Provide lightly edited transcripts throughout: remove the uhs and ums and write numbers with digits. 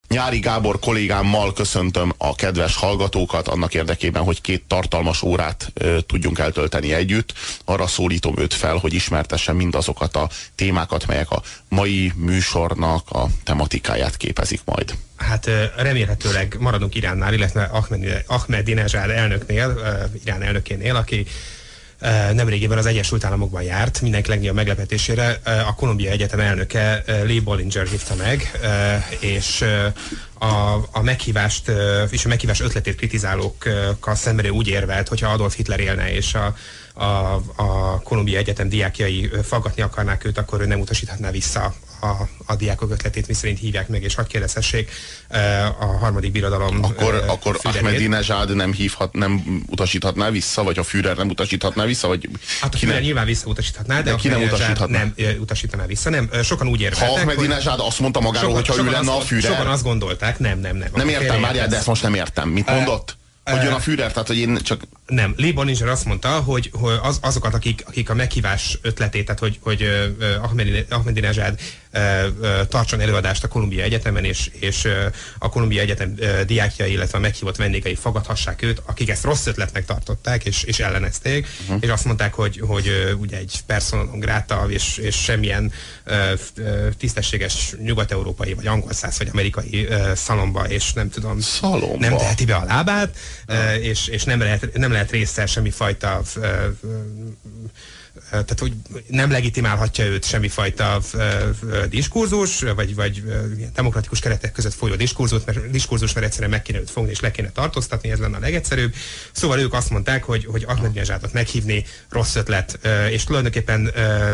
Nyári Gábor kollégámmal köszöntöm a kedves hallgatókat annak érdekében, hogy 2 tartalmas órát tudjunk eltölteni együtt. Arra szólítom őt fel, hogy ismertesse mindazokat a témákat, melyek a mai műsornak a tematikáját képezik majd. Hát remélhetőleg maradunk Iránnál, illetve Ahmadinejad elnöknél, Irán elnökénél, aki nemrégiben az Egyesült Államokban járt, mindenki legnagyobb meglepetésére. A Columbia Egyetem elnöke Lee Bollinger hívta meg, és a meghívást és a meghívás ötletét kritizálókkal szemben ő úgy érvelt, hogyha Adolf Hitler élne, és a Columbia Egyetem diákjai faggatni akarnák őt, akkor ő nem utasíthatná vissza a diákok ötletét, miszerint hívják meg, és hadd kérdezhessék a harmadik birodalom. Akkor Ahmadinejad nem utasíthatná vissza, vagy a Führer nem utasíthatná vissza, vagy hát a Führer nyilván visszautasíthatná, de ki nem utasíthatná? Nem utasítaná vissza, nem. Sokan úgy érveltek. Ha Ahmadinejad azt mondta magáról, hogyha ő lenne a Führer. Sokan azt gondolták, nem. Nem értem, várjál, de ezt most nem értem. Mit mondott? Hogy jön a Führer, tehát hogy én csak... Nem, Lee Bollinger azt mondta, hogy azokat, akik a meghívás ötletét, tehát hogy Ahmadinejad tartson előadást a Columbia Egyetemen, és a Columbia Egyetem diákjai, illetve a meghívott vendégei fogadhassák őt, akik ezt rossz ötletnek tartották, és ellenezték, és azt mondták, hogy ugye egy persona non grata, és semmilyen tisztességes nyugat-európai, vagy angol száz, vagy amerikai szalomba, és nem tudom, nem teheti be a lábát, és nem lehet része semmifajta tehát, hogy nem legitimálhatja őt semmifajta diskurzus, vagy demokratikus keretek között folyó diskurzus, mert egyszerűen meg kéne őt fogni, és le kéne tartóztatni, ez lenne a legegyszerűbb. Szóval ők azt mondták, hogy Ahmadinejadot meghívni rossz ötlet, és tulajdonképpen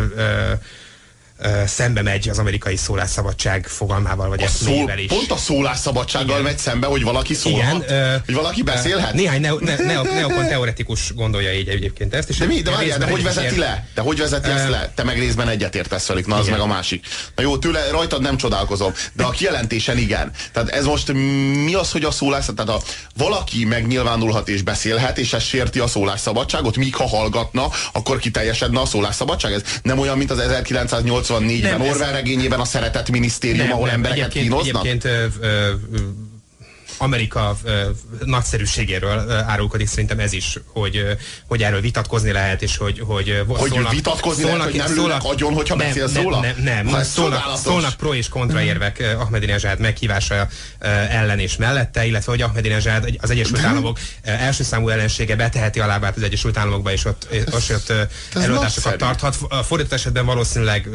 szembe megy az amerikai szólásszabadság fogalmával, vagy eszmével is. Pont a szólásszabadsággal megy szembe, hogy valaki szólhat? Hogy valaki beszélhet? Néhány neokon teoretikus gondolja így egyébként ezt. És de hogy vezeti le? De hogy vezeti ezt le? Te meg részben egyetértesz velük, na az meg a másik. Na jó, rajtad nem csodálkozom, de a kijelentésen igen. Tehát ez most mi az, hogy a szólásszabadság? Tehát valaki megnyilvánulhat és beszélhet, és ez sérti a szólásszabadságot, míg ha hallgatna, akkor kiteljesedne a szólásszabadság? Ez nem olyan, mint az 1984-ben Orwell regényében a Szeretet Minisztérium, ahol embereket kínoznak? Egyébként Amerika nagyszerűségéről árulkodik szerintem ez is, hogy erről vitatkozni lehet, és hogy vitatkozni lehet, hogy nem lőnek agyon, hogyha beszélsz róla? Nem. Szólnak pro és kontra érvek Ahmadinejad meghívása ellen és mellette, illetve hogy Ahmadinejad az Egyesült Államok első számú ellensége beteheti a lábát az Egyesült Államokba, és ott előadásokat tarthat. Fordított esetben valószínűleg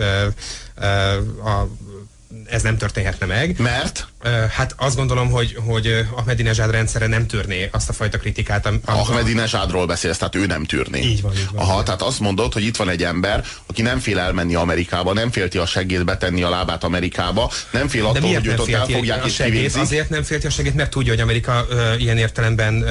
ez nem történhetne meg. Mert? Hát azt gondolom, hogy Ahmadinejad rendszere nem tűrné azt a fajta kritikát. Ahmadinejadról beszélsz, tehát ő nem tűrné. Így van. Aha, tehát azt mondod, hogy itt van egy ember, aki nem fél elmenni Amerikába, nem félti a seggét betenni a lábát Amerikába, nem fél attól, hogy őt ott elfogják és kivégzik. Azért nem félti a seggét, mert tudja, hogy Amerika ilyen értelemben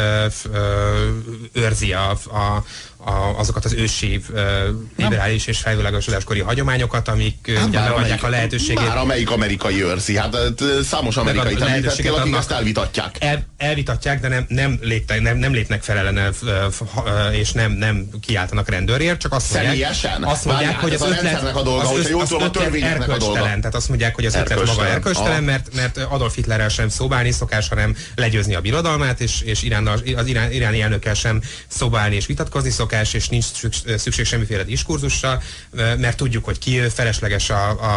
őrzi azokat az ősi liberális és felvilágosodáskori hagyományokat, amik ugye megadják a lehetőségét. Már amelyik amerikai őrzi, hát számos amerikai említettél, akik ezt elvitatják. Elvitatják, de nem lépnek fel ellene, és nem kiáltanak rendőrért, csak azt mondják, hogy az ötlet a dolga, erkölcstelen. Tehát azt mondják, hogy az ötlet maga erkölcstelen, mert Adolf Hitlerrel sem szóbálni szokás, hanem legyőzni a birodalmát, és az iráni elnökkel sem szóbálni és vitatkozni szokás, és nincs szükség semmiféle diskurzusra, mert tudjuk, hogy ki felesleges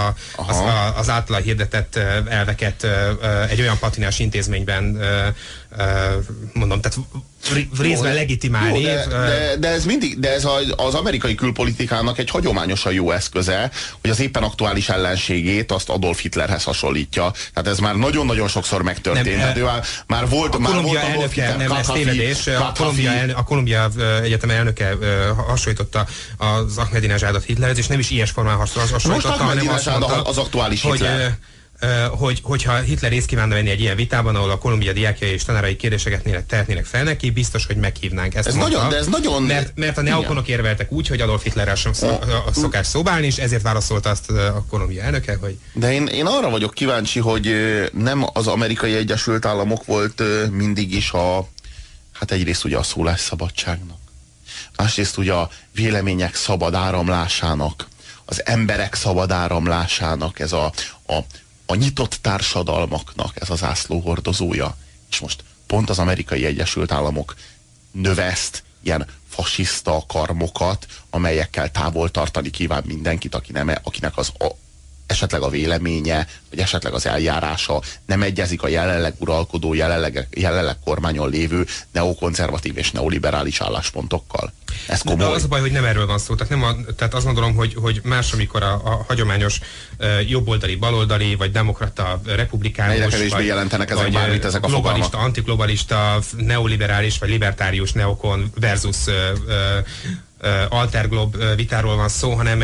az általa hirdetett elveket egy olyan patinás intézményben mondom, tehát részben legitimálni. Jó, de ez az amerikai külpolitikának egy hagyományosan jó eszköze, hogy az éppen aktuális ellenségét azt Adolf Hitlerhez hasonlítja. Tehát ez már nagyon-nagyon sokszor megtörtént. Már volt Adolf Hitler, nem, ez tévedés. A Columbia Egyetem elnöke hasonlította az Ahmadinejadot Hitlerhez, és nem is ilyes formán hasonlította, hanem azt mondta, az aktuális Hitler. Hogyha Hitler részt kívánna venni egy ilyen vitában, ahol a Columbia diákjai és tanárai kérdéseket tehetnének fel neki, biztos, hogy meghívnánk ezt. Mert a neokonok érveltek úgy, hogy Adolf Hitlerrel sem szokás szóbálni, és ezért válaszolta azt a Columbia elnöke, hogy... De én arra vagyok kíváncsi, hogy nem az Amerikai Egyesült Államok volt mindig is hát egyrészt ugye a szólásszabadságnak, másrészt ugye a vélemények szabad áramlásának, az emberek szabad áramlásának ez a a nyitott társadalmaknak ez az zászlóhordozója. És most pont az Amerikai Egyesült Államok növeszt ilyen fasiszta karmokat, amelyekkel távol tartani kíván mindenkit, akinek esetleg a véleménye, vagy esetleg az eljárása nem egyezik a jelenleg uralkodó, jelenleg kormányon lévő neokonzervatív és neoliberális álláspontokkal. Ez komoly. De az a baj, hogy nem erről van szó. Tehát azt gondolom, hogy más, amikor a hagyományos jobboldali, baloldali, vagy demokrata, republikánus, vagy globalista, antiglobalista, neoliberális, vagy libertárius neokon versus alterglob vitáról van szó, hanem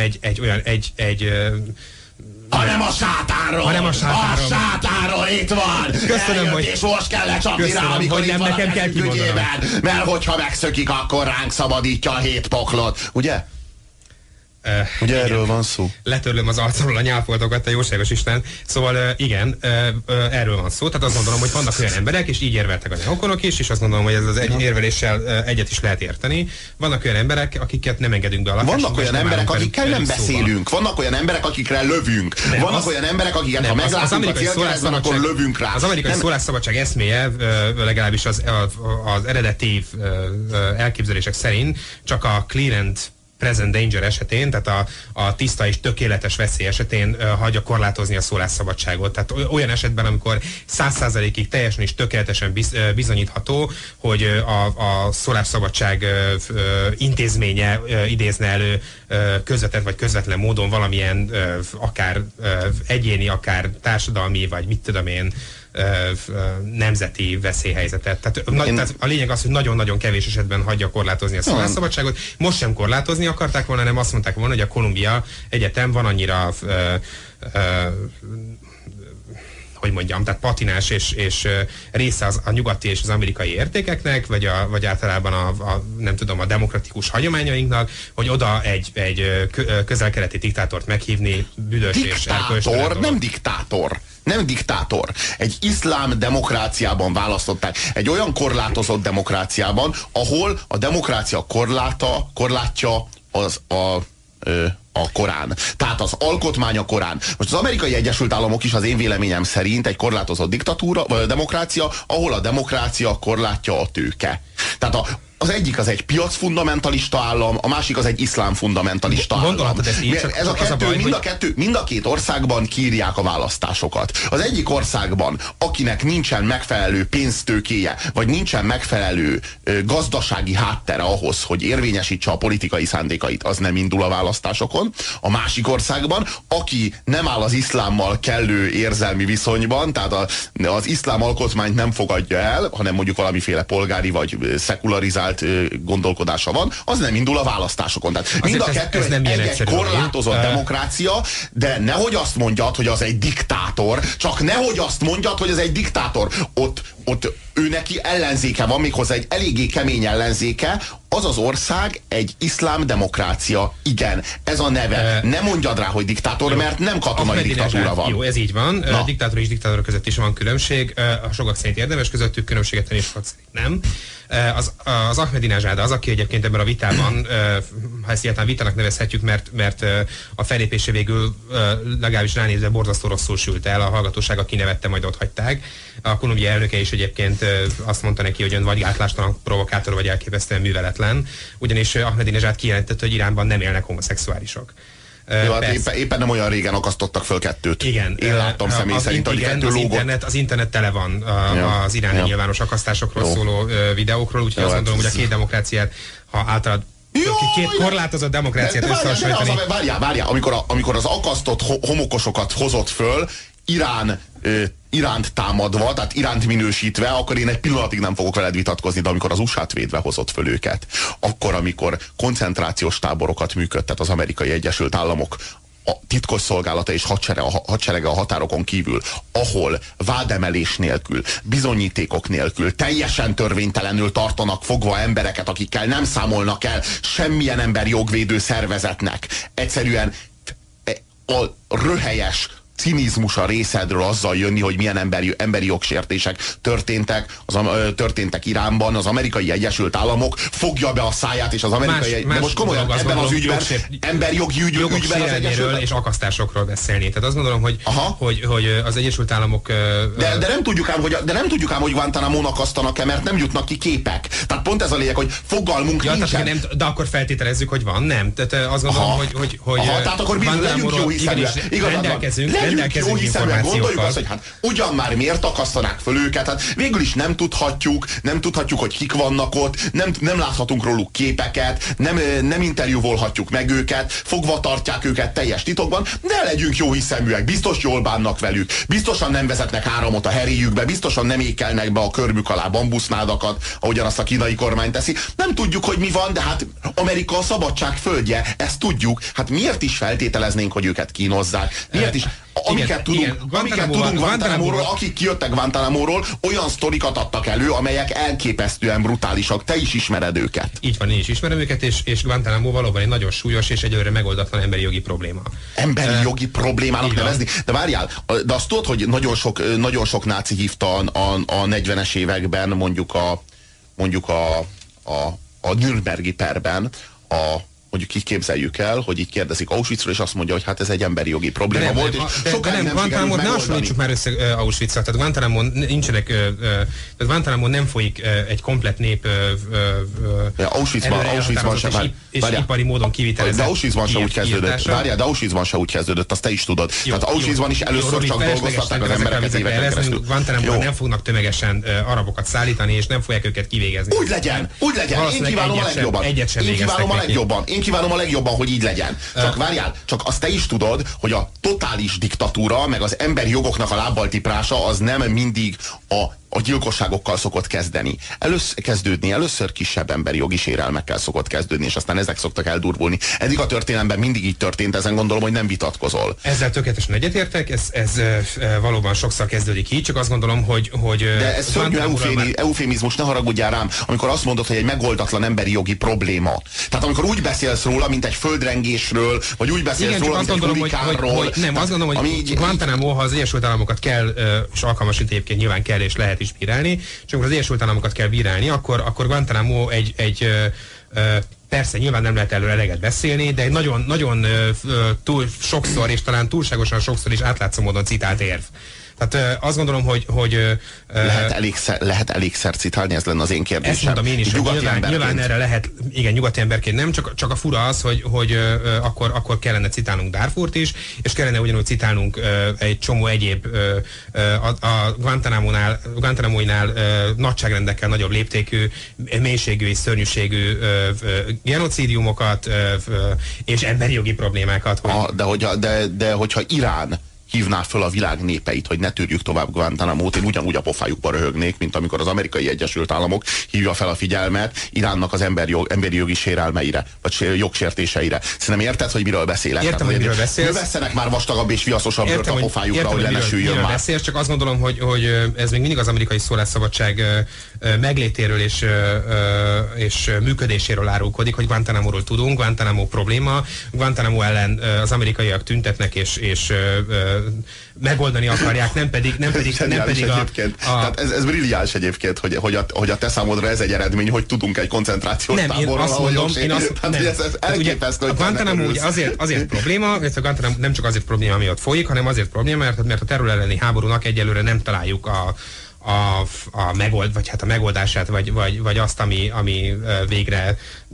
hanem a sátánról! A sátánról itt van! Köszönöm, hogy... És most kell lecsapni rá, amikor itt van nekem a kezünk ügyében. Mert hogyha megszökik, akkor ránk szabadítja a 7 poklot. Ugye? Ugye erről van szó? Letörlöm az arcomról a nyálfoltokat, a jóságos Isten. Szóval igen, erről van szó. Tehát azt gondolom, hogy vannak olyan emberek, és így érveltek a neokonok is, és azt gondolom, hogy ez az érveléssel egyet is lehet érteni. Vannak olyan emberek, akiket nem engedünk be a lakásunkba. Vannak olyan emberek, akikkel nem beszélünk. Vannak olyan emberek, akikre lövünk. Vannak olyan emberek, akiket ha meglátunk a célkeresztben, akkor lövünk rá. Az amerikai szólásszabadság eszméje, legalábbis az eredeti elképzelések szerint csak a clear and present danger esetén, tehát a tiszta és tökéletes veszély esetén hagyja korlátozni a szólásszabadságot. Tehát olyan esetben, amikor 100%-ig teljesen és tökéletesen bizonyítható, hogy a szólásszabadság intézménye idézne elő közvetett vagy közvetlen módon valamilyen akár egyéni, akár társadalmi, vagy mit tudom én, nemzeti veszélyhelyzetet. Tehát a lényeg az, hogy nagyon-nagyon kevés esetben hagyja korlátozni a szólásszabadságot. Most sem korlátozni akarták volna, nem azt mondták volna, hogy a Columbia Egyetem van annyira hogy mondjam, tehát patinás és része a nyugati és az amerikai értékeknek, vagy általában nem tudom, a demokratikus hagyományainknak, hogy oda egy közel-keleti diktátort meghívni büdös és erkölcstelen. Nem diktátor. Egy iszlám demokráciában választották. Egy olyan korlátozott demokráciában, ahol a demokrácia korlátja a Korán. Tehát az alkotmány a Korán. Most az Amerikai Egyesült Államok is az én véleményem szerint egy korlátozott diktatúra, vagy a demokrácia, ahol a demokrácia korlátja a tőke. Tehát az egyik az egy piacfundamentalista állam, a másik az egy iszlám fundamentalista állam. Ez a kettő, mind a két országban kírják a választásokat. Az egyik országban, akinek nincsen megfelelő pénztőkéje, vagy nincsen megfelelő gazdasági háttere ahhoz, hogy érvényesítse a politikai szándékait, az nem indul a választásokon. A másik országban, aki nem áll az iszlámmal kellő érzelmi viszonyban, tehát az iszlám alkotmányt nem fogadja el, hanem mondjuk valamiféle polgári vagy szekularizált gondolkodása van, az nem indul a választásokon. Tehát mind a kettő egy korlátozott demokrácia, de nehogy azt mondjad, hogy az egy diktátor, csak nehogy azt mondjad, hogy ez egy diktátor. Ott ő neki ellenzéke van, méghozzá egy eléggé kemény ellenzéke, az az ország egy iszlám demokrácia. Igen, ez a neve. Nem mondjad rá, hogy diktátor, mert nem katonai diktatúra van. Jó, ez így van. Diktátor és diktátor között is van különbség. A sokak szerint érdemes közöttük különbséget tenni, és sokak szerint nem. Az Ahmadinejad az, aki egyébként ebben a vitában, ha ezt egyáltalán vitának nevezhetjük, mert a fellépése végül legalábbis ránézve borzasztó rosszul sült el, a hallgatósága kinevette, majd ott hagyták. A Columbia elnöke is egyébként azt mondta neki, hogy ön vagy gátlástalan provokátor, vagy elképesztően műveletlen, ugyanis Ahmadinejad kijelentette, hogy Iránban nem élnek homoszexuálisok. Jó, hát éppen nem olyan régen akasztottak föl 2. Igen. Én láttam személy szerint, hogy 2 lógott. Az internet tele van az iráni nyilvános akasztásokról szóló videókról, úgyhogy azt gondolom, hogy a két demokráciát, ha általában két korlátozott demokráciát összehasonlítani. Várjál, amikor az akasztott homokosokat hozott föl, Iránt támadva, tehát Iránt minősítve, akkor én egy pillanatig nem fogok veled vitatkozni, de amikor az USA-t védve hozott föl őket, akkor, amikor koncentrációs táborokat működtet az Amerikai Egyesült Államok, a titkosszolgálata és hadserege a határokon kívül, ahol vádemelés nélkül, bizonyítékok nélkül, teljesen törvénytelenül tartanak fogva embereket, akikkel nem számolnak el semmilyen emberjogvédő szervezetnek. Egyszerűen a röhelyes, cinizmus a részedről azzal jönni, hogy milyen emberi jogsértések történtek Iránban, az Amerikai Egyesült Államok fogja be a száját, és az amerikai... de most komolyan ebben az ügyben, emberjogi ügyben az Egyesült... és akasztásokról beszélni. Tehát azt gondolom, hogy az Egyesült Államok... De nem tudjuk ám, hogy Guantánamónak akasztanak-e, mert nem jutnak ki képek. Tehát pont ez a lényeg, hogy fogalmunk nincsen. De akkor feltételezzük, hogy van, nem? Tehát azt gondolom, hogy tehát akkor legyünk jó hiszeműek. Legyünk jó hiszeműek, gondoljuk azt, hogy hát ugyan már miért akasztanák föl őket, hát végül is nem tudhatjuk, hogy kik vannak ott, nem láthatunk róluk képeket, nem interjúvolhatjuk meg őket, fogva tartják őket teljes titokban, de legyünk jó hiszeműek, biztos jól bánnak velük, biztosan nem vezetnek áramot a heréjükbe, biztosan nem ékelnek be a körmük alá bambusznádakat, ahogyan azt a kínai kormány teszi. Nem tudjuk, hogy mi van, de hát Amerika a szabadság földje, ezt tudjuk. Hát miért is feltételeznénk, hogy őket kínozzák? Miért is? Amiket tudunk Guantánamóról, akik kijöttek Guantánamóról, olyan sztorikat adtak elő, amelyek elképesztően brutálisak. Te is ismered őket. Így van, én is ismerem őket, és Guantánamo valóban egy nagyon súlyos és egyelőre megoldatlan emberi jogi probléma. Emberi jogi problémának nevezni? De várjál, de azt tudod, hogy nagyon sok náci hívta a 40-es években mondjuk a Nürnbergi perben mondjuk így képzeljük el, hogy így kérdezik Auschwitzról, és azt mondja, hogy hát ez egy emberi jogi probléma volt, és sokáig nem sikerült megoldani. Ne hasonlítsuk már össze Auschwitzra, tehát Guantánamon nincsenek, tehát Guantánamon nem folyik egy komplet nép Auschwitzban sem, és ipari módon kivitelezett. De Auschwitzban se úgy kezdődött. Várjál, de Auschwitzban se úgy kezdődött, azt te is tudod. Tehát Auschwitzban is először csak dolgoztatták az embereket éveken keresztül. Guantánamon nem fognak tömegesen arabokat szállítani, és nem fogják őket kivégezni. Úgy legyen. Én kívánom a legjobban, hogy így legyen. Csak várjál, csak azt te is tudod, hogy a totális diktatúra, meg az emberi jogoknak a lábbal tiprása az nem mindig a gyilkosságokkal szokott kezdődni. Először kisebb emberi jogi sérelmekkel szokott kezdődni, és aztán ezek szoktak eldurvulni. Eddig a történelemben mindig így történt, ezen gondolom, hogy nem vitatkozol. Ezzel tökéletesen egyetértek, ez valóban sokszor kezdődik így, csak azt gondolom, hogy de ez szörnyű eufémizmus, ne haragudjál rám, amikor azt mondod, hogy egy megoldatlan emberi jogi probléma. Tehát amikor úgy beszélsz róla, mint egy földrengésről, vagy úgy beszélsz róla, mint egy hurikánról. Nem, azt gondolom, hogy Guantánamo, ha az Egyesült Államokat kell, és alkalmasint egyébként nyilván kell és lehet is bírálni, és amikor az Egyesült Államokat kell bírálni, akkor Guantánamo persze nyilván nem lehet előre eleget beszélni, de egy nagyon túl sokszor, és talán túlságosan sokszor is átlátszó módon citált érv. Tehát azt gondolom, hogy lehet elégszer citálni, ez lenne az én kérdésem. Ezt mondom én is, nyilván erre lehet, igen, nyugati emberként nem, csak a fura az, hogy akkor kellene citálnunk Darfurt is, és kellene ugyanúgy citálnunk egy csomó egyéb a Guantánamo-nál nagyságrendekkel nagyobb léptékű, mélységű és szörnyűségű genocidiumokat és emberi jogi problémákat. De hogyha Irán hívná föl a világ népeit, hogy ne tűrjük tovább Guantánamót, én ugyanúgy a pofájukba röhögnék, mint amikor az Amerikai Egyesült Államok hívja fel a figyelmet Iránnak az emberi jogi sérelmeire, vagy jogsértéseire. Szerintem érted, hogy miről beszélek? Értem, hogy miről beszélsz. Vesszenek már vastagabb és viaszosabb bőrt a pofájukra, hogy lenesüljön már. Beszélsz, csak azt gondolom, hogy ez még mindig az amerikai szólásszabadság meglétéről és működéséről árulkodik, hogy Guantánamóról tudunk, Guantánamo probléma, Guantánamo ellen az amerikaiak tüntetnek és megoldani akarják, nem pedig Tehát ez brilliáns egyébként, hogy a te számodra ez egy eredmény, hogy tudunk egy koncentrációs táborról. Elképesztő, hogy Guantánamo ugye azért probléma, és a Guantánamo nem csak azért probléma, ami ott folyik, hanem azért probléma, mert a terület elleni háborúnak egyelőre nem találjuk a megoldását, vagy azt, ami végre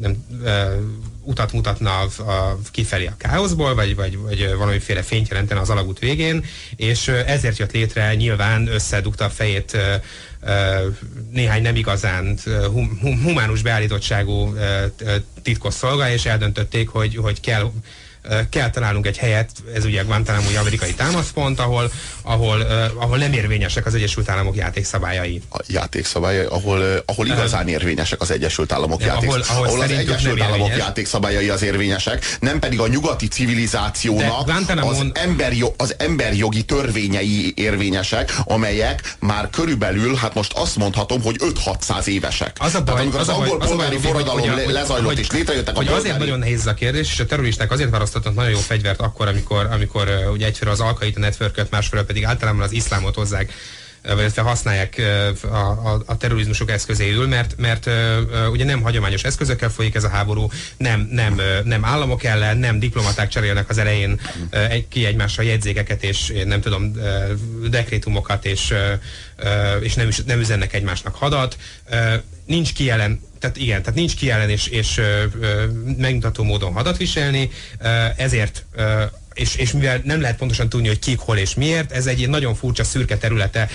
utat mutatna kifelé a káoszból, vagy valamiféle fényt jelentene az alagút végén, és ezért jött létre, nyilván összedugta a fejét néhány nem igazán humánus beállítottságú titkosszolga, és eldöntötték, hogy kell találnunk egy helyet, ez ugye a Guantánamo-i amerikai támaszpont, ahol nem érvényesek az Egyesült Államok játékszabályai. A játékszabályai, ahol igazán érvényesek az Egyesült Államok játékszabályai. Ahol az Egyesült Államok játékszabályai az érvényesek, nem pedig a nyugati civilizációnak az emberjogi törvényei érvényesek, amelyek már körülbelül, hát most azt mondhatom, hogy 5-600 évesek. Amikor az angol polgári forradalom lezajlott és létrejöttek a polgári... Azért nagyon nehéz a kérdés, és a terroristák azért választották hozhatnak nagyon jó fegyvert akkor, amikor ugye egyfelől az Al-Qaida networköt, másfelől pedig általában az iszlámot hozzák, illetve használják a terrorizmusok eszközéül, mert ugye nem hagyományos eszközökkel folyik ez a háború, nem államok ellen, nem diplomaták cserélnek az elején ki egymásra jegyzékeket, és nem tudom, dekrétumokat, és nem üzennek egymásnak hadat. Nincs ki ellen, tehát nincs ki ellen és megmutató módon hadat viselni, ezért és mivel nem lehet pontosan tudni, hogy kik, hol és miért, ez egy nagyon furcsa szürke területe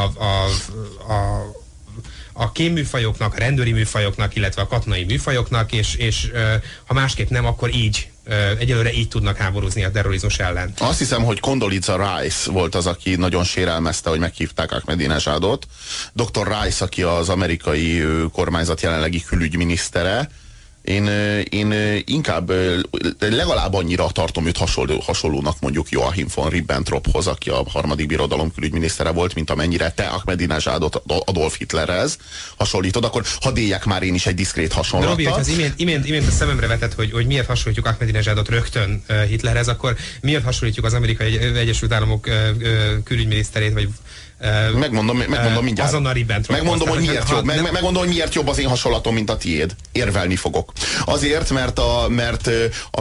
a kémműfajoknak, a rendőri műfajoknak, illetve a katonai műfajoknak, és ha másképp nem, akkor egyelőre így tudnak háborúzni a terrorizmus ellen. Azt hiszem, hogy Condoleezza Rice volt az, aki nagyon sérelmezte, hogy meghívták Ahmadinejadot. Dr. Rice, aki az amerikai kormányzat jelenlegi külügyminisztere, én inkább legalább annyira tartom őt hasonlónak mondjuk Joachim von Ribbentrophoz, aki a harmadik birodalom külügyminisztere volt, mint amennyire te Ahmadinejadot Adolf Hitlerhez hasonlítod, akkor hadd éljek már én is egy diszkrét hasonlatot. Robi, hogy az imént a szememre vetett, hogy miért hasonlítjuk Ahmadinejadot rögtön Hitlerhez, akkor miért hasonlítjuk az Amerikai Egyesült Államok külügyminiszterét, vagy Megmondom mindjárt. Azonnal Ribbentrop. Megmondom, hogy miért jobb az én hasonlatom, mint a tiéd. Érvelni fogok. Azért, mert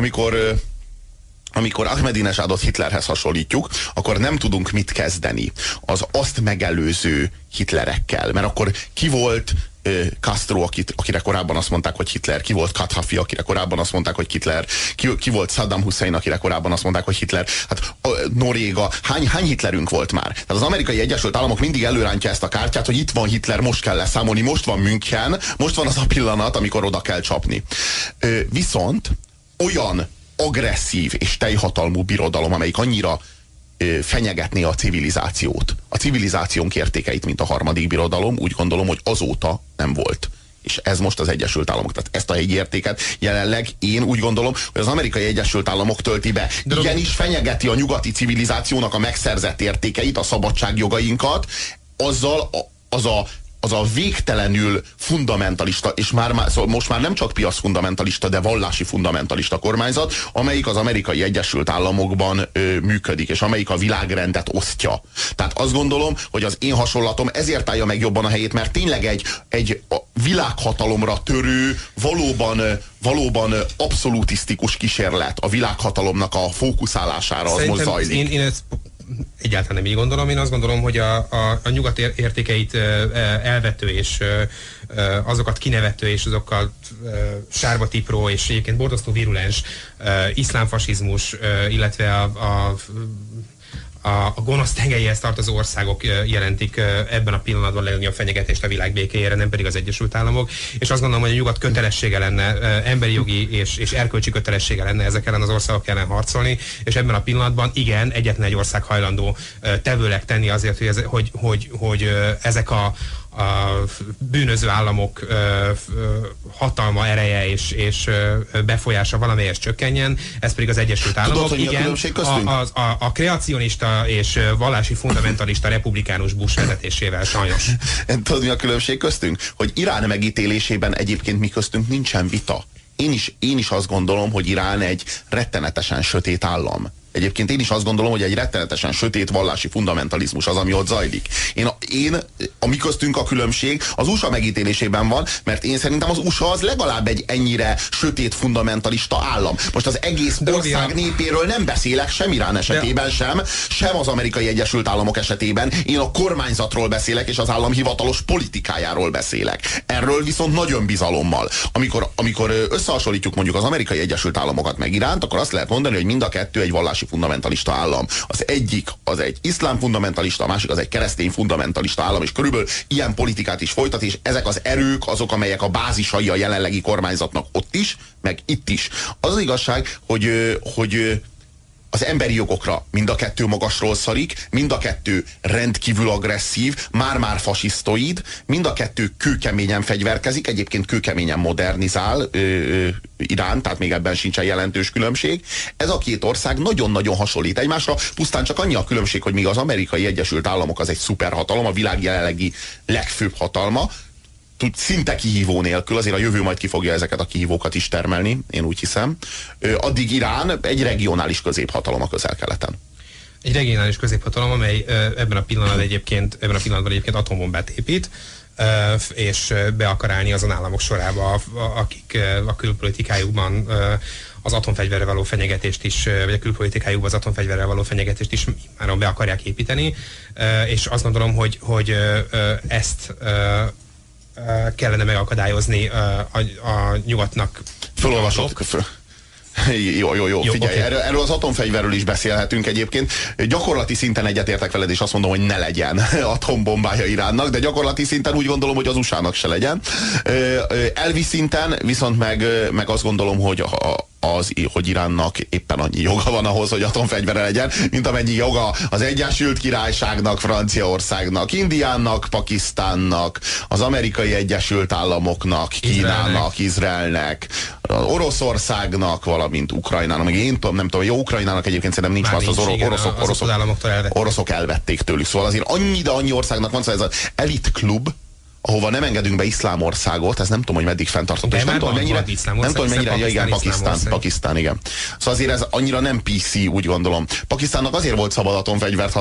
amikor Ahmadinejadot Hitlerhez hasonlítjuk, akkor nem tudunk mit kezdeni az azt megelőző Hitlerekkel. Mert akkor ki volt Castro, akire korábban azt mondták, hogy Hitler, ki volt Kadhafi, akire korábban azt mondták, hogy Hitler, ki volt Saddam Hussein, akire korábban azt mondták, hogy Hitler, hát Noriega, hány Hitlerünk volt már? Tehát az Amerikai Egyesült Államok mindig előrántja ezt a kártyát, hogy itt van Hitler, most kell leszámolni, most van München, most van az a pillanat, amikor oda kell csapni. Viszont olyan agresszív és teljhatalmú birodalom, amelyik annyira fenyegetné a civilizációt, a civilizációnk értékeit, mint a harmadik birodalom, úgy gondolom, hogy azóta nem volt. És ez most az Egyesült Államok. Tehát ezt a hegyi értéket jelenleg én úgy gondolom, hogy az Amerikai Egyesült Államok tölti be. Igenis fenyegeti a nyugati civilizációnak a megszerzett értékeit, a szabadságjogainkat, azzal az a végtelenül fundamentalista, és szóval most már nem csak piac fundamentalista, de vallási fundamentalista kormányzat, amelyik az Amerikai Egyesült Államokban működik, és amelyik a világrendet osztja. Tehát azt gondolom, hogy az én hasonlatom ezért állja meg jobban a helyét, mert tényleg egy világhatalomra törő, valóban abszolutisztikus kísérlet a világhatalomnak a fókuszálására az most zajlik. Én ezt egyáltalán nem így gondolom. Én azt gondolom, hogy a nyugat értékeit elvető és azokat kinevető és azokkal sárba tipró és egyébként borzasztó virulens iszlámfasizmus, illetve a gonosz tengelyhez tartozó országok jelentik ebben a pillanatban legnagyobb fenyegetést a világ békéjére, nem pedig az Egyesült Államok. És azt gondolom, hogy a nyugat kötelessége lenne, emberi jogi és erkölcsi kötelessége lenne ezek ellen az országok ellen harcolni, és ebben a pillanatban igen, egyetlen egy ország hajlandó tevőleg tenni azért, hogy ezek a bűnöző államok hatalma, ereje és befolyása valamelyest csökkenjen, ez pedig az Egyesült Államok. Tudod, igen, a kreacionista és vallási fundamentalista republikánus Bush vezetésével sajnos. Tudod, mi a különbség köztünk? Hogy Irán megítélésében egyébként mi köztünk nincsen vita. Én is azt gondolom, hogy Irán egy rettenetesen sötét állam. Egyébként én is azt gondolom, hogy egy rettenetesen sötét vallási fundamentalizmus az, ami ott zajlik. A mi köztünk a különbség az USA megítélésében van, mert én szerintem az USA az legalább egy ennyire sötét fundamentalista állam. Most az egész ország népéről nem beszélek, sem Irán esetében sem az Amerikai Egyesült Államok esetében. Én a kormányzatról beszélek, és az állam hivatalos politikájáról beszélek. Erről viszont nagyon bizalommal. Amikor összehasonlítjuk mondjuk az Amerikai Egyesült Államokat meg Iránt, akkor azt lehet mondani, hogy mind a kettő egy vallási fundamentalista állam. Az egyik az egy iszlám fundamentalista, a másik az egy keresztény fundamentalista állam, és körülbelül ilyen politikát is folytat, és ezek az erők azok, amelyek a bázisai a jelenlegi kormányzatnak ott is, meg itt is. Az igazság, hogy az emberi jogokra mind a kettő magasról szarik, mind a kettő rendkívül agresszív, már-már fasisztoid, mind a kettő kőkeményen fegyverkezik, egyébként kőkeményen modernizál Irán, tehát még ebben sincsen jelentős különbség. Ez a két ország nagyon-nagyon hasonlít egymásra, pusztán csak annyi a különbség, hogy míg az Amerikai Egyesült Államok az egy szuperhatalom, a világ jelenlegi legfőbb hatalma, szinte kihívó nélkül, azért a jövő majd ki fogja ezeket a kihívókat is termelni, én úgy hiszem. Addig Irán egy regionális középhatalom a Közel-Keleten. Egy regionális középhatalom, amely ebben a pillanatban egyébként atombombát épít, és be akar állni azon államok sorába, akik a külpolitikájukban az atomfegyverrel való fenyegetést is, vagy a külpolitikájukban az atomfegyverrel való fenyegetést is már be akarják építeni, és azt gondolom, hogy ezt kellene megakadályozni a nyugatnak. Felolvasok. Jó, figyelj, okay. Erről az atomfegyverről is beszélhetünk egyébként. Gyakorlati szinten egyetértek veled, és azt mondom, hogy ne legyen atombombája Iránnak, de gyakorlati szinten úgy gondolom, hogy az USA-nak se legyen. Elvi szinten viszont meg azt gondolom, hogy hogy Iránnak éppen annyi joga van ahhoz, hogy atomfegyvere legyen, mint amennyi joga az Egyesült Királyságnak, Franciaországnak, Indiának, Pakisztánnak, az Amerikai Egyesült Államoknak, Kínának, Izraelnek, Oroszországnak, valamint Ukrajnának, meg én nem tudom, jó, Ukrajnának egyébként szerintem nincs, az oroszok elvették tőlük, szóval azért annyi országnak van, szóval ez az elit klub, ahova nem engedünk be iszlámországot, ez nem tudom, hogy meddig fenntartott. És nem tudom, mennyire, ja, igen, Pakisztán, igen. Szóval azért ez annyira nem PC, úgy gondolom. Pakisztánnak azért volt szabad atomfegyvert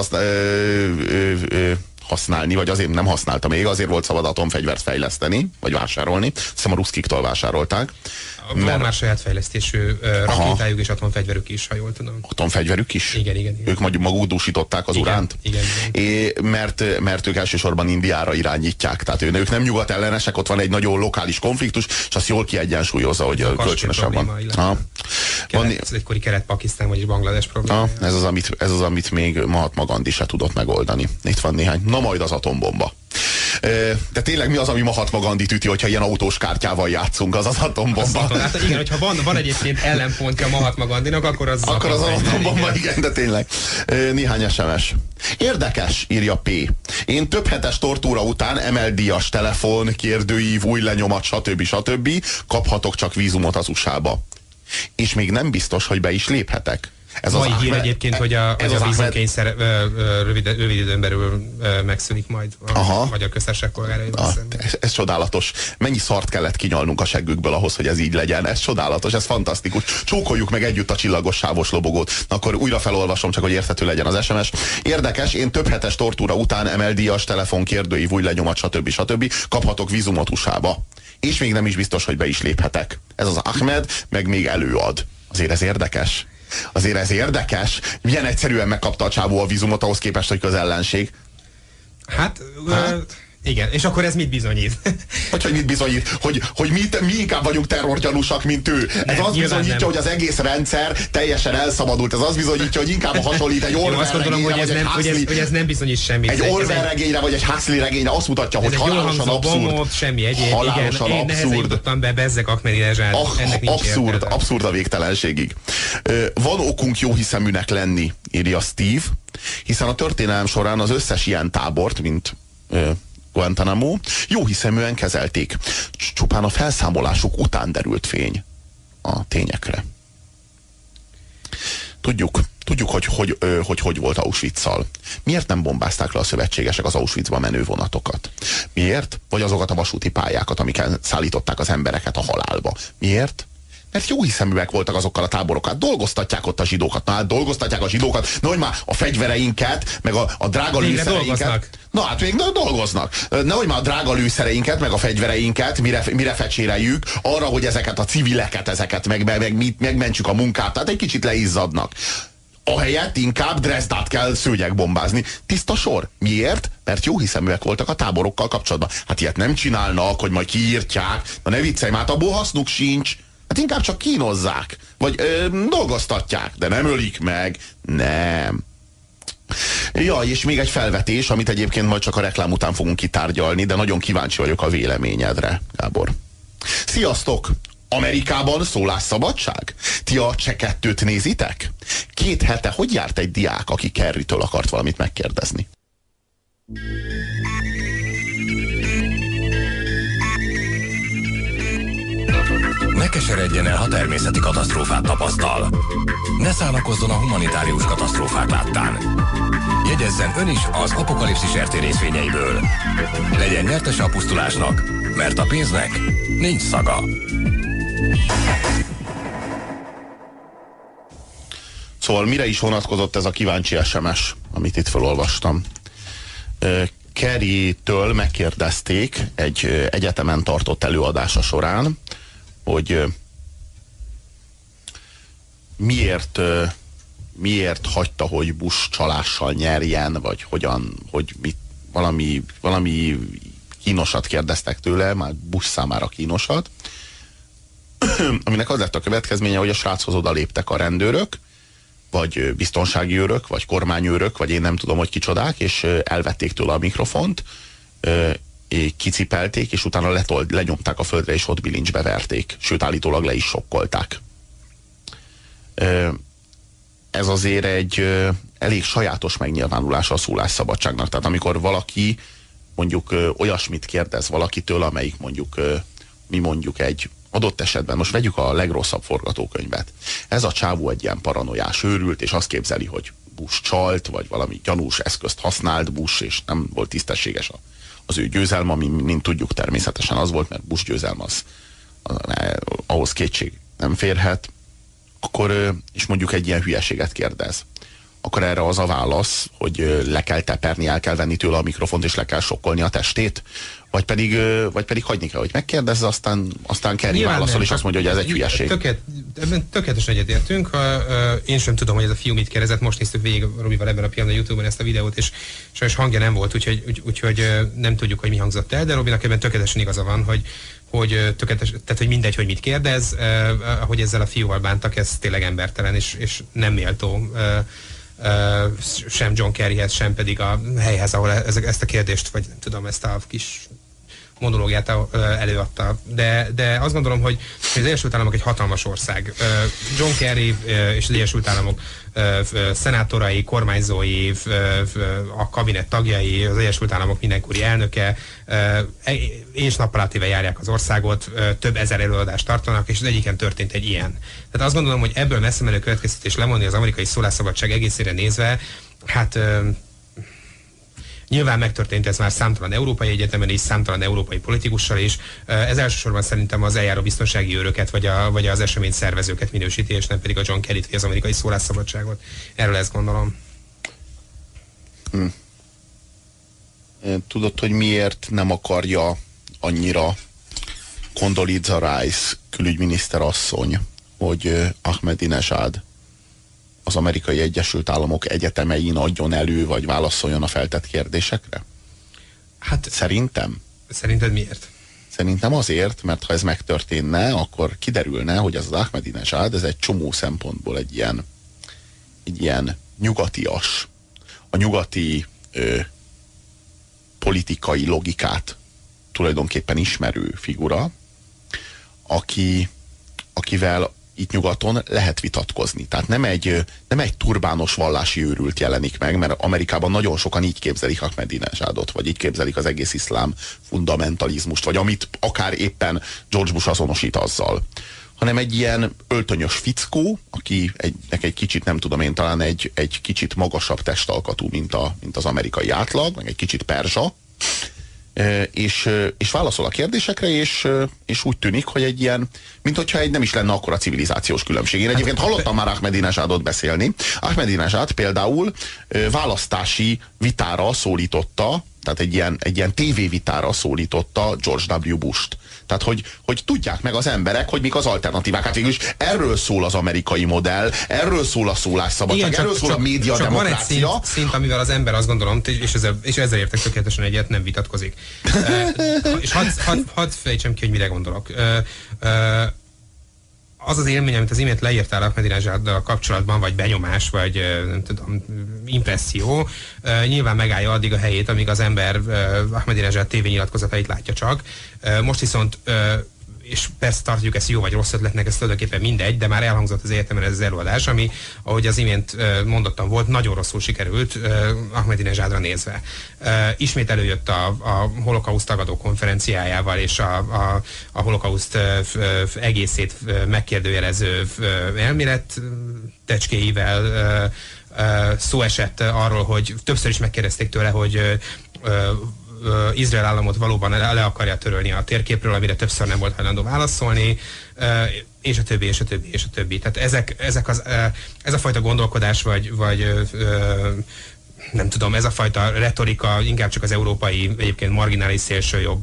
használni, vagy azért nem használta még, azért volt szabad atomfegyvert fejleszteni, vagy vásárolni. Hiszem a ruszkiktól vásárolták. Van már saját fejlesztésű rakétájuk és atomfegyverük is, ha jól tudom. Atomfegyverük is? Igen. Ők maguk dúsították az uránt? Igen. Mert ők elsősorban Indiára irányítják. Tehát ők nem nyugat ellenesek, ott van egy nagyon lokális konfliktus, és azt jól kiegyensúlyozza, hogy kölcsönösen van. Ez egykori Kelet-Pakisztán, vagyis Banglades probléma. Ez az, amit még Mahatma Gandhi se tudott megoldani. Itt van néhány. Na majd az atombomba. De tényleg mi az, ami Mahatma Gandhit üti, hogyha ilyen autós kártyával játszunk, az atombomba. Hát igen, hogyha van egyébként ellenpontja Mahatma Gandhinak, akkor az atombomba, igen, de tényleg. Néhány SMS. Érdekes, írja P. Én több hetes tortúra után ML-díjas telefon, kérdőív, új lenyomat, stb. Kaphatok csak vízumot az USA-ba. És még nem biztos, hogy be is léphetek. Ez mai hír egyébként, hogy a vízumkényszer rövid időn belül megszűnik majd a magyar köztársaság polgáraival szemben. Ez csodálatos. Mennyi szart kellett kinyalnunk a seggükből ahhoz, hogy ez így legyen. Ez csodálatos, ez fantasztikus. Csókoljuk meg együtt a csillagos sávos lobogót. Na, akkor újra felolvasom, csak hogy érthető legyen az SMS. Érdekes, én több hetes tortúra után ML-díjas telefon, kérdőív, új lenyomat, stb. Kaphatok vízumot USA-ba. És még nem is biztos, hogy be is léphetek. Ez az Ahmed meg még előad. Azért ez érdekes. Milyen egyszerűen megkapta a csávó a vízumot ahhoz képest, hogy közellenség. Hát? Igen, és akkor ez mit bizonyít? Hogy mit bizonyít? Hogy mi inkább vagyunk terrorgyanúsak, mint ő. Ez azt bizonyítja, hogy az egész rendszer teljesen elszabadult. Ez azt bizonyítja, hogy inkább hasonlít egy Orwell regényre, vagy egy Huxley. Hogy ez nem bizonyít semmit. Egy Orwell regényre, vagy egy Huxley regényre azt mutatja, hogy halálosan abszurd. Semmi egyéb. Halálosan abszurd. Én nehezen jutottam be Bezzeg Ahmadinezsád. Ennek nincs abszurd, abszurd a végtelenségig. Van okunk jóhiszeműnek lenni, írja Steve, hiszen a történelem során az összes ilyen tábort, mint Guantanamo, jóhiszeműen kezelték. Csupán a felszámolásuk után derült fény a tényekre. Tudjuk, hogy volt Auschwitz-szal. Miért nem bombázták le a szövetségesek az Auschwitzba menő vonatokat? Miért? Vagy azokat a vasúti pályákat, amiken szállították az embereket a halálba. Miért? Mert jóhiszeműek voltak azokkal a táborokkal. Dolgoztatják ott a zsidókat. Na hát dolgoztatják a zsidókat. Na, hogy már a fegyvereinket, meg a drága lőszereinket. Na hát még dolgoznak. Nehogy már a drága lőszereinket, meg a fegyvereinket mire fecséreljük, arra, hogy ezeket a civileket, megmentsük a munkát. Tehát egy kicsit leizzadnak. Ahelyett inkább Dresdát kell szőnyegbombázni. Tiszta sor. Miért? Mert jóhiszeműek voltak a táborokkal kapcsolatban. Hát ilyet nem csinálnak, hogy majd kiírtják. Na ne viccelj, már abból hasznuk sincs. Hát inkább csak kínozzák, vagy dolgoztatják, de nem ölik meg. Nem. Ja, és még egy felvetés, amit egyébként majd csak a reklám után fogunk kitárgyalni, de nagyon kíváncsi vagyok a véleményedre, Gábor. Sziasztok! Amerikában szólásszabadság? Ti a Cseh 2-t nézitek? 2 hete hogy járt egy diák, aki Kerrytől akart valamit megkérdezni? Neked keseredjen el, ha természeti katasztrófát tapasztal. Ne szánakozzon a humanitárius katasztrófák láttán. Jegyezzen ön is az Apokalipszis RT részvényeiből. Legyen nyertese a pusztulásnak, mert a pénznek nincs szaga. Szóval mire is vonatkozott ez a kíváncsi SMS, amit itt felolvastam? Kerry-től megkérdezték egy egyetemen tartott előadása során, hogy miért hagyta, hogy Bush csalással nyerjen, vagy valami kínosat kérdeztek tőle, már Bush számára kínosat, aminek az lett a következménye, hogy a sráchoz oda léptek a rendőrök, vagy biztonsági őrök, vagy kormányőrök, vagy én nem tudom, hogy kicsodák, és elvették tőle a mikrofont, kicipelték, és utána lenyomták a földre, és ott bilincsbe verték. Sőt, állítólag le is sokkolták. Ez azért egy elég sajátos megnyilvánulása a szólásszabadságnak. Tehát amikor valaki mondjuk olyasmit kérdez valakitől, amelyik mi mondjuk egy adott esetben, most vegyük a legrosszabb forgatókönyvet. Ez a csávó egy ilyen paranoiás őrült, és azt képzeli, hogy Bush csalt, vagy valami gyanús eszközt használt Bush, és nem volt tisztességes az ő győzelme, ami, mint tudjuk, természetesen az volt, mert Bush győzelme ahhoz kétség nem férhet, akkor, és mondjuk egy ilyen hülyeséget kérdez, akkor erre az a válasz, hogy le kell teperni, el kell venni tőle a mikrofont, és le kell sokkolni a testét, vagy pedig hagyni kell, hogy megkérdezze, aztán Kerry válaszol, és azt mondja, hogy ez egy hülyeség. Tökéletesen egyetértünk. Én sem tudom, hogy ez a fiú mit kérdezett. Most néztük végig Robival ebben a pillanatban a YouTube-on ezt a videót, és sajnos hangja nem volt, úgyhogy nem tudjuk, hogy mi hangzott el, de Robinak ebben tökéletesen igaza van, tehát, hogy mindegy, hogy mit kérdez, ahogy ezzel a fiúval bántak, ez tényleg embertelen, és nem méltó sem John Kerryhez, sem pedig a helyhez, ahol ezt a kérdést, vagy tudom, ezt a kis monológiát előadta. De azt gondolom, hogy az Egyesült Államok egy hatalmas ország. John Kerry és az Egyesült Államok szenátorai, kormányzói, a kabinet tagjai, az Egyesült Államok mindenkori elnöke és nappal járják az országot, több ezer előadást tartanak, és az egyiken történt egy ilyen. Tehát azt gondolom, hogy ebből messze menő következtetés lemondani az amerikai szólásszabadság egészére nézve, hát nyilván megtörtént ez már számtalan európai egyetemen és számtalan európai politikussal is. Ez elsősorban szerintem az eljáró biztonsági őröket, vagy az esemény szervezőket minősíti, és nem pedig a John Kerryt, vagy az amerikai szólásszabadságot. Erről ezt gondolom. Tudod, hogy miért nem akarja annyira Condoleezza Rice külügyminiszter asszony, hogy Ahmadinejad az Amerikai Egyesült Államok egyetemein adjon elő, vagy válaszoljon a feltett kérdésekre? Hát szerintem. Szerinted miért? Szerintem azért, mert ha ez megtörténne, akkor kiderülne, hogy ez az Ahmadinejad, ez egy csomó szempontból egy ilyen nyugatias, a nyugati politikai logikát tulajdonképpen ismerő figura, akivel itt nyugaton lehet vitatkozni. Tehát nem egy turbános vallási őrült jelenik meg, mert Amerikában nagyon sokan így képzelik Ahmadinejadot, vagy így képzelik az egész iszlám fundamentalizmust, vagy amit akár éppen George Bush azonosít azzal. Hanem egy ilyen öltönyös fickó, akinek egy kicsit, nem tudom én, talán egy kicsit magasabb testalkatú, mint az amerikai átlag, meg egy kicsit perzsa, és válaszol a kérdésekre, és úgy tűnik, hogy egy ilyen, mint hogyha nem is lenne akkora civilizációs különbség. Én egyébként hallottam már Ahmadinejadot beszélni. Ahmadinejad például választási vitára szólította, tehát egy ilyen tévévitára szólította George W. Bush-t. Tehát, hogy tudják meg az emberek, hogy mik az alternatívák. Hát végül is erről szól az amerikai modell, erről szól a szólásszabadság, erről szól a médiademokrácia. Van egy szint, amivel az ember azt gondolom, és ezzel értek tökéletesen egyet, nem vitatkozik. És hadd fejtsem ki, hogy mire gondolok. Az az élmény, amit az imént leírtál Ahmadinejaddal kapcsolatban, vagy benyomás, vagy nem tudom, impresszió, nyilván megállja addig a helyét, amíg az ember Ahmadinejad tévényilatkozatait látja csak. Most viszont és persze tartjuk ezt jó vagy rossz ötletnek, ez tulajdonképpen mindegy, de már elhangzott az egyetemen ez az előadás, ami, ahogy az imént mondottam volt, nagyon rosszul sikerült Ahmadinejadra nézve. Ismét előjött a holokauszt tagadó konferenciájával és a holokauszt egészét megkérdőjelező elmélet tecskéivel. Szó esett arról, hogy többször is megkérdezték tőle, hogy Izrael államot valóban le akarja törölni a térképről, amire többször nem volt hajlandó válaszolni, és a többi, és a többi, és a többi. Tehát ez a fajta gondolkodás, vagy nem tudom, ez a fajta retorika inkább csak az európai, egyébként marginális szélsőjobb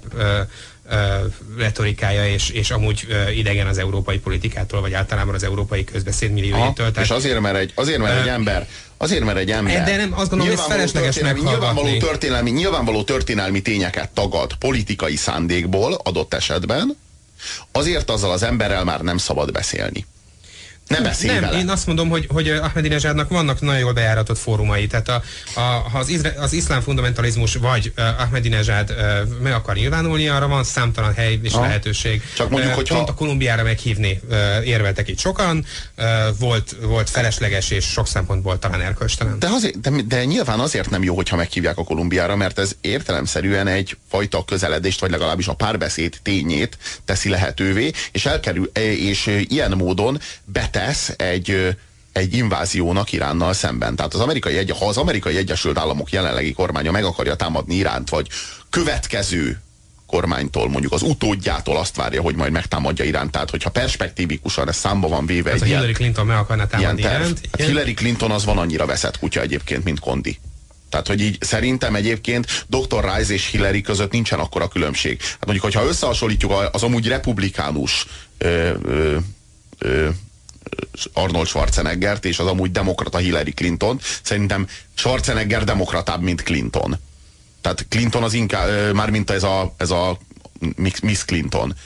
retorikája, és amúgy idegen az európai politikától, vagy általában az európai közbeszéd millióitől. És azért, mert egy ember de nem, azt gondolom, hogy ez felesleges meghallgatni. Nyilvánvaló történelmi tényeket tagad politikai szándékból adott esetben, azért azzal az emberrel már nem szabad beszélni. Nem, én azt mondom, hogy Ahmadinejadnak vannak nagyon jól bejáratott fórumai. Tehát ha az iszlám fundamentalizmus vagy Ahmadinejad meg akar nyilvánulni, arra van számtalan hely és lehetőség. Csak mondjuk, hogyha... Pont a Kolumbiára meghívni érveltek itt sokan, volt felesleges és sok szempontból talán erkölcstelen. De nyilván azért nem jó, hogyha meghívják a Kolumbiára, mert ez értelemszerűen egyfajta közeledést, vagy legalábbis a párbeszéd tényét teszi lehetővé, és ilyen módon tesz egy inváziónak Iránnal szemben. Tehát ha az Amerikai Egyesült Államok jelenlegi kormánya meg akarja támadni Iránt, vagy következő kormánytól, mondjuk az utódjától azt várja, hogy majd megtámadja Iránt, tehát hogyha perspektívikusan ez számba van véve ez Hillary Clinton meg akarná támadni Iránt. Hát Hillary Clinton az van annyira veszett kutya egyébként, mint Condi. Tehát, hogy így szerintem egyébként Dr. Rice és Hillary között nincsen akkora különbség. Hát mondjuk, hogyha összehasonlítjuk az amúgy republikánus Arnold Schwarzeneggert és az amúgy demokrata Hillary Clinton, szerintem Schwarzenegger demokratább, mint Clinton. Tehát Clinton az inkább, mármint ez a Miss Clinton.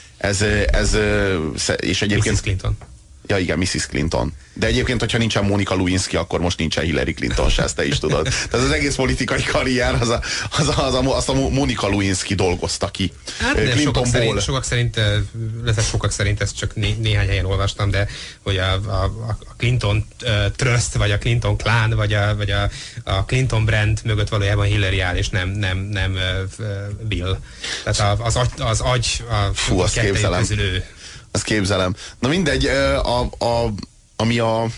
És egyébként... Mrs. Clinton. Ja igen, Mrs. Clinton. De egyébként, hogyha nincsen Monica Lewinsky, akkor most nincsen Hillary Clinton se, ezt te is tudod. Tehát az egész politikai karrier, azt a Monica Lewinsky dolgozta ki. Hát sokak szerint ezt csak néhány helyen olvastam, de hogy a Clinton Trust, vagy a Clinton Clan, vagy a Clinton brand mögött valójában Hillary áll, és nem Bill. Tehát az agy a kettejük közül ő. Azt képzelem. Na mindegy, ami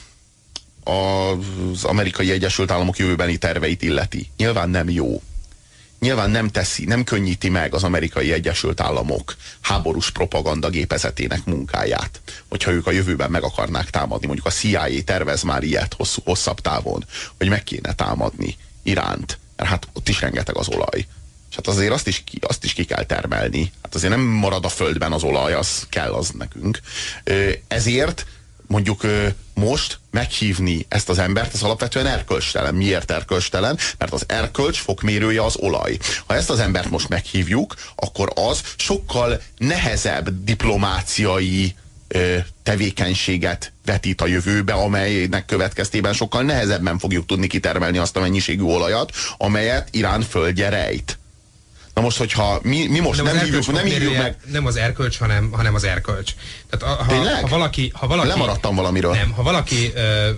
az Amerikai Egyesült Államok jövőbeni terveit illeti. Nyilván nem jó. Nyilván nem könnyíti meg az Amerikai Egyesült Államok háborús propaganda gépezetének munkáját, hogyha ők a jövőben meg akarnák támadni. Mondjuk a CIA tervez már ilyet hosszabb távon, hogy meg kéne támadni Iránt, mert hát ott is rengeteg az olaj. És hát azért azt is ki kell termelni. Hát azért nem marad a földben az olaj, az kell az nekünk. Ezért mondjuk most meghívni ezt az embert, ez alapvetően erkölcstelen. Miért erkölcstelen? Mert az erkölcs fokmérője az olaj. Ha ezt az embert most meghívjuk, akkor az sokkal nehezebb diplomáciai tevékenységet vetít a jövőbe, amelynek következtében sokkal nehezebben fogjuk tudni kitermelni azt a mennyiségű olajat, amelyet Irán földje rejt. Na most, hogyha mi most nem hívjuk meg... Nem az erkölcs, hanem az erkölcs. Tehát ha valaki... Lemaradtam valamiről. Nem, ha valaki...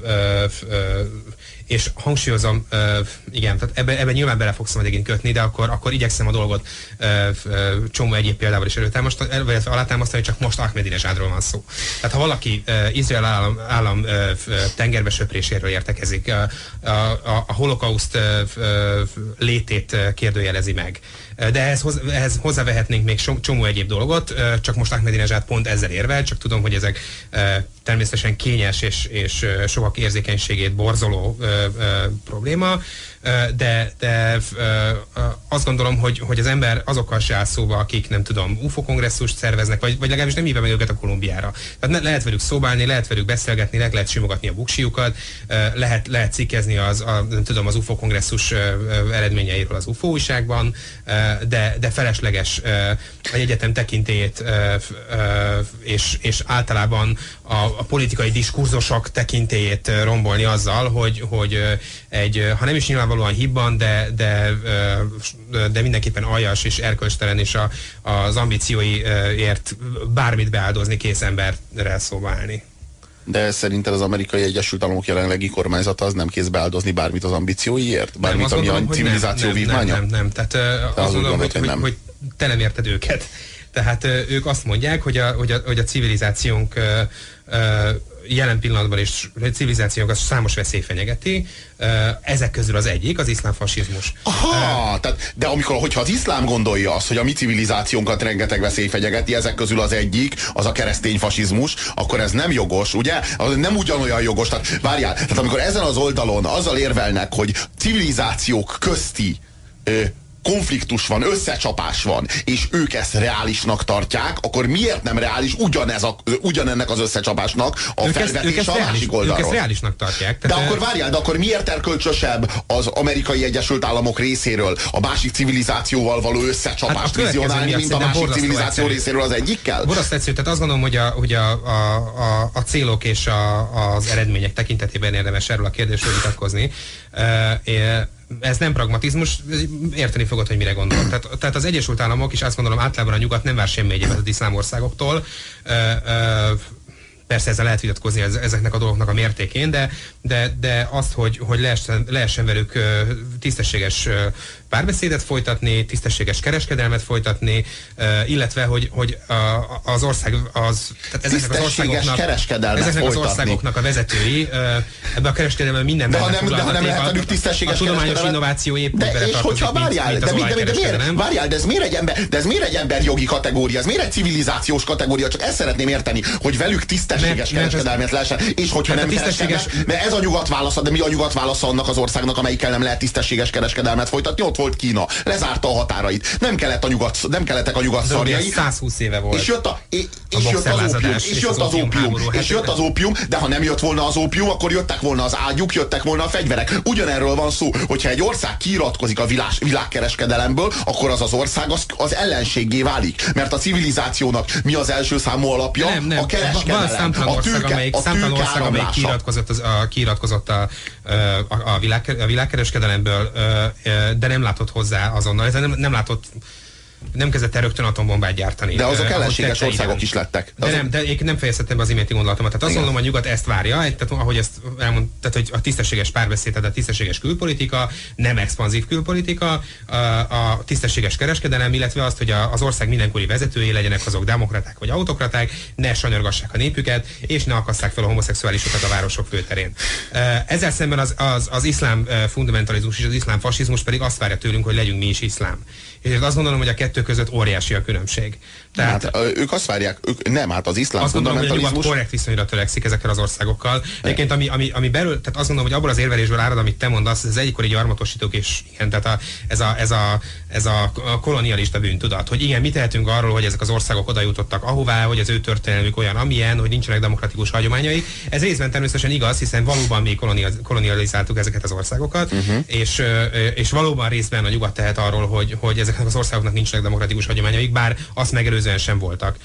és hangsúlyozom, igen, tehát ebbe nyilván bele fogsz majd kötni, de akkor igyekszem a dolgot csomó egyéb példával is alátámasztani, csak most Ahmadinejadról van szó. Tehát ha valaki Izrael állam tengerbe söpréséről értekezik, a holokauszt létét kérdőjelezi meg, de ehhez hozzávehetnénk még csomó egyéb dolgot, csak most Ahmadinejad pont ezzel érvel, csak tudom, hogy ezek természetesen kényes és sokak érzékenységét borzoló probléma, de azt gondolom, hogy az ember azokkal se áll szóba, akik nem tudom, UFO kongresszust szerveznek, vagy legalábbis nem hívja meg őket a Kolumbiára. Tehát lehet velük szóbálni, lehet velük beszélgetni, lehet simogatni a buksiukat, lehet cikkezni az UFO kongresszus eredményeiről az UFO újságban, de felesleges egy egyetem tekintélyét és általában a politikai diskurzusok tekintélyét rombolni azzal, hogy ha nem is nyilvánvaló nyilvánvalóan hibban, de mindenképpen aljas és erkölcstelen, és az ambícióiért bármit beáldozni kész emberrel szólni. De szerinted az Amerikai Egyesült Államok jelenlegi kormányzata az nem kész beáldozni bármit az ambícióiért? Bármit, ami a civilizáció vívmánya? Nem. Tehát azt gondolom, hogy te nem érted őket. Tehát ők azt mondják, hogy a civilizációnk jelen pillanatban is civilizációnk számos veszély fenyegeti. Ezek közül az egyik, az iszlám fasizmus. Aha, de hogyha az iszlám gondolja azt, hogy a mi civilizációnkat rengeteg veszély fenyegeti, ezek közül az egyik, az a keresztény fasizmus, akkor ez nem jogos, ugye? Az nem ugyanolyan jogos. Tehát várjál, tehát amikor ezen az oldalon azzal érvelnek, hogy civilizációk közti konfliktus van, összecsapás van, és ők ezt reálisnak tartják, akkor miért nem reális ugyanennek az összecsapásnak a felvetése a másik oldalról? Ők ezt reálisnak tartják. De akkor várjál, de akkor miért erkölcsösebb az Amerikai Egyesült Államok részéről a másik civilizációval való összecsapást vizionálni, mint a másik civilizáció részéről az egyikkel? Borzasztó egyszerű, tehát azt gondolom, hogy a célok és az eredmények tekintetében érdemes erről a kérdésről vitatkozni. Ez nem pragmatizmus, érteni fogod, hogy mire gondolok. Tehát az Egyesült Államok, és azt gondolom általában a nyugat nem vár semmi egyébként az iszlám országoktól. Persze ezzel lehet vitatkozni ezeknek a dolgoknak a mértékén, de azt, hogy lehessen velük tisztességes párbeszédet folytatni, tisztességes kereskedelmet folytatni, illetve hogy az ország ezeknek az országoknak a vezetői ebbe a kereskedelemben mindenben foglalhatják. A tudományos innováció épp beletartozik, mint az olajkereskedelem. Várjál, de ez miért egy emberjogi kategória, ez miért egy civilizációs kategória, csak ezt szeretném érteni, hogy velük tisztességes kereskedelmet lehessen, és hogyha nem tisztességes, mert ez a nyugat válasza, de mi a nyugat válasza annak az országnak, amelyikkel nem lehet tisztességes kereskedelmet folytatni? Ott volt Kína, lezárta a határait. Nem kellettek a nyugat szarjai. 120 éve volt. És jött az ópium, de ha nem jött volna az ópium, akkor jöttek volna az ágyuk, jöttek volna a fegyverek. Ugyanerről van szó, hogyha egy ország kiiratkozik a világkereskedelemből, akkor az ország az ellenséggé válik. Mert a civilizációnak mi az első számú alapja? A kereskedelem. Számtalan ország, amelyik kiiratkozott a világkereskedelemből, de nem látott hozzá azonnal, nem kezdett el rögtön atombombát gyártani. De azok ellenséges országok is lettek. De én nem fejeztem be az iménti gondolatomat. Tehát azt gondolom, a nyugat ezt várja, tehát, ahogy ezt elmondtad, hogy a tisztességes párbeszéd, tehát a tisztességes külpolitika, nem expanzív külpolitika, a tisztességes kereskedelem, illetve azt, hogy az ország mindenkori vezetői legyenek azok demokraták vagy autokraták, ne sanyargassák a népüket, és ne akasszák fel a homoszexuálisokat a városok főterén. Ezzel szemben az iszlám fundamentalizmus és az iszlám fasizmus pedig azt várja tőlünk, hogy legyünk mi is iszlám. És azt gondolom, hogy a kettő között óriási a különbség. Tehát ők azt várják, az iszlám fundamentalizmus... Azt gondolom, hogy a nyugat korrekt viszonyra törekszik ezekkel az országokkal. Egyébként ami belül, tehát azt gondolom, hogy abból az érvelésből árad, amit te mondasz, az egyikori gyarmatosítók, és igen, tehát ez a kolonialista bűntudat, hogy igen, mit tehetünk arról, hogy ezek az országok oda jutottak ahová, hogy az ő történelmük olyan, amilyen, hogy nincsenek demokratikus hagyományai. Ez részben természetesen igaz, hiszen valóban mi kolonializáltuk ezeket az országokat, és valóban részben a nyugat tehet arról, hogy ezeknek az országoknak nincsenek demokratikus hagyományaik, bár azt megelőzően sem voltak.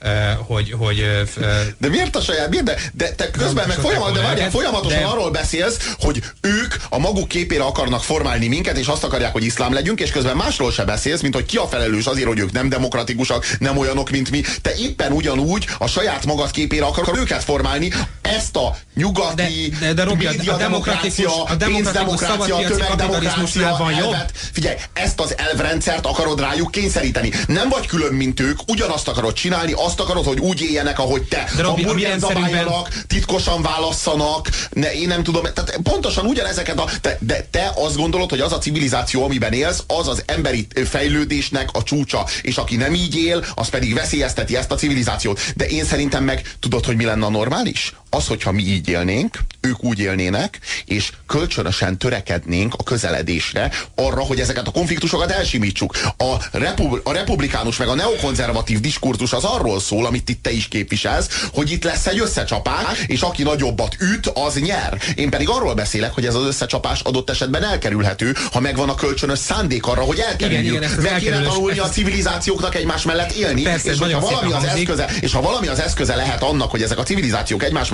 De miért a saját? De te közben meg folyamatosan arról beszélsz, hogy ők a maguk képére akarnak formálni minket, és azt akarják, hogy iszlám legyünk, és közben másról se beszélsz, mint hogy ki a felelős azért, hogy ők nem demokratikusak, nem olyanok, mint mi. Te éppen ugyanúgy a saját magad képére akarod őket formálni, ezt a nyugati médiademokrácia, pénzdemokrácia, tömegdemokrácia elvet. Figyelj, ezt az elvrendszert akarod rájuk kényszeríteni. Nem vagy külön, mint ők, ugyanazt akarod csinálni, azt akarod, hogy úgy éljenek, ahogy te. Hamburgert zabáljanak, titkosan válasszanak, én nem tudom, tehát pontosan ugyanezeket de te azt gondolod, hogy az a civilizáció, amiben élsz, az az emberi fejlődésnek a csúcsa, és aki nem így él, az pedig veszélyezteti ezt a civilizációt. De én szerintem meg tudod, hogy mi lenne a normális? Az, hogyha mi így élnénk, ők úgy élnének, és kölcsönösen törekednénk a közeledésre arra, hogy ezeket a konfliktusokat elsimítsuk. A republikánus meg a neokonzervatív diskurzus az arról szól, amit itt te is képviselsz, hogy itt lesz egy összecsapás, és aki nagyobbat üt, az nyer. Én pedig arról beszélek, hogy ez az összecsapás adott esetben elkerülhető, ha megvan a kölcsönös szándék arra, hogy elkerüljük. Meg kéne tanulni a civilizációknak egymás mellett élni, persze, és ha valami az eszköze lehet annak, hogy ezek a civilizációk egymás mellett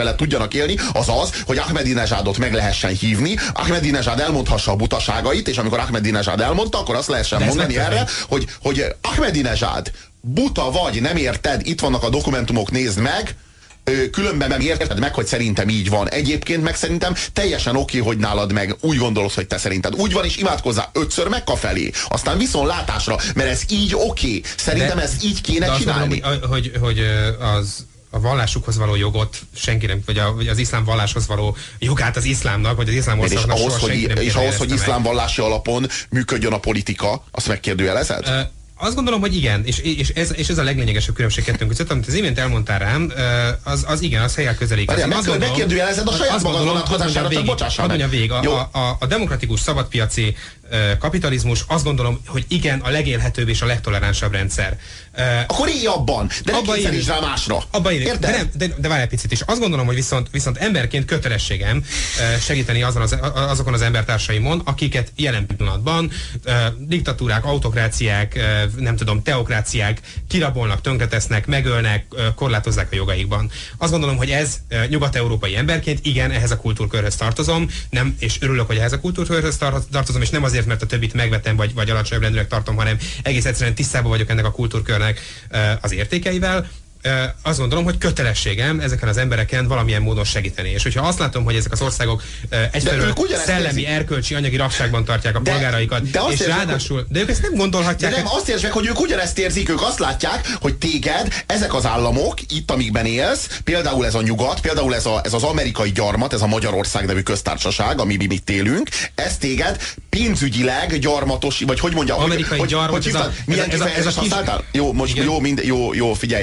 mellett tudjanak élni, az az, hogy Ahmadinejadot meg lehessen hívni, Ahmadinejad elmondhassa a butaságait, és amikor Ahmadinejad elmondta, akkor azt lehessen mondani erre, hogy Ahmadinejad, buta vagy, nem érted, itt vannak a dokumentumok, nézd meg, különben meg érted meg, hogy szerintem így van. Egyébként meg szerintem teljesen oké, hogy nálad meg úgy gondolod, hogy te szerinted úgy van, és imádkozzá 5-ször Mekka felé. Aztán viszontlátásra, mert ez így oké. Szerintem ez így kéne csinálni. Hogy a vallásukhoz való jogot senki nem, vagy az iszlám valláshoz való jogát az iszlámnak, vagy az iszlám országnak soha senki nem. És ahhoz, hogy iszlám vallási alapon működjön a politika, azt megkérdőjelezed? Azt gondolom, hogy igen, és ez a leglényegesebb különbség kettőnk között, amit az imént elmondtál rám, az igen, az helyel közelik. Megkérdőjelezed a saját magad vonatkozására, csak bocsássál meg. A demokratikus szabadpiaci kapitalizmus, azt gondolom, hogy igen, a legélhetőbb és a legtoleránsabb rendszer. Akkor élj abban, de ne kényszeríts rá másra. De várj egy picit is. Azt gondolom, hogy viszont emberként kötelességem segíteni azokon az embertársaimon, akiket jelen pillanatban diktatúrák, autokráciák, nem tudom, teokráciák kirabolnak, tönkretesznek, megölnek, korlátozzák a jogaikban. Azt gondolom, hogy ez nyugat-európai emberként, igen, ehhez a kultúrkörhöz tartozom, nem, és örülök, hogy ehhez a kultúrkörhöz tartozom, és nem azért, mert a többit megvetem, vagy alacsonyabb rendűnek tartom, hanem egész egyszerűen tisztában vagyok ennek a kultúrkörnek az értékeivel. Azt gondolom, hogy kötelességem ezeken az embereken valamilyen módon segíteni. És hogyha azt látom, hogy ezek az országok egyfelől szellemi, erkölcsi, anyagi rabságban tartják a polgáraikat, és ráadásul, de ők ezt nem gondolhatják. De nem, azt értsd meg, hogy ők ugyanezt érzik, ők azt látják, hogy téged ezek az államok, itt amikben élsz, például ez a nyugat, például ez az amerikai gyarmat, ez a Magyarország nevű köztársaság, amiben itt élünk, ez téged pénzügyileg gyarmatos, vagy hogy mondja, amerikai gyarmat, milyen kifejezést használtál? Jó, most jó, figyelj.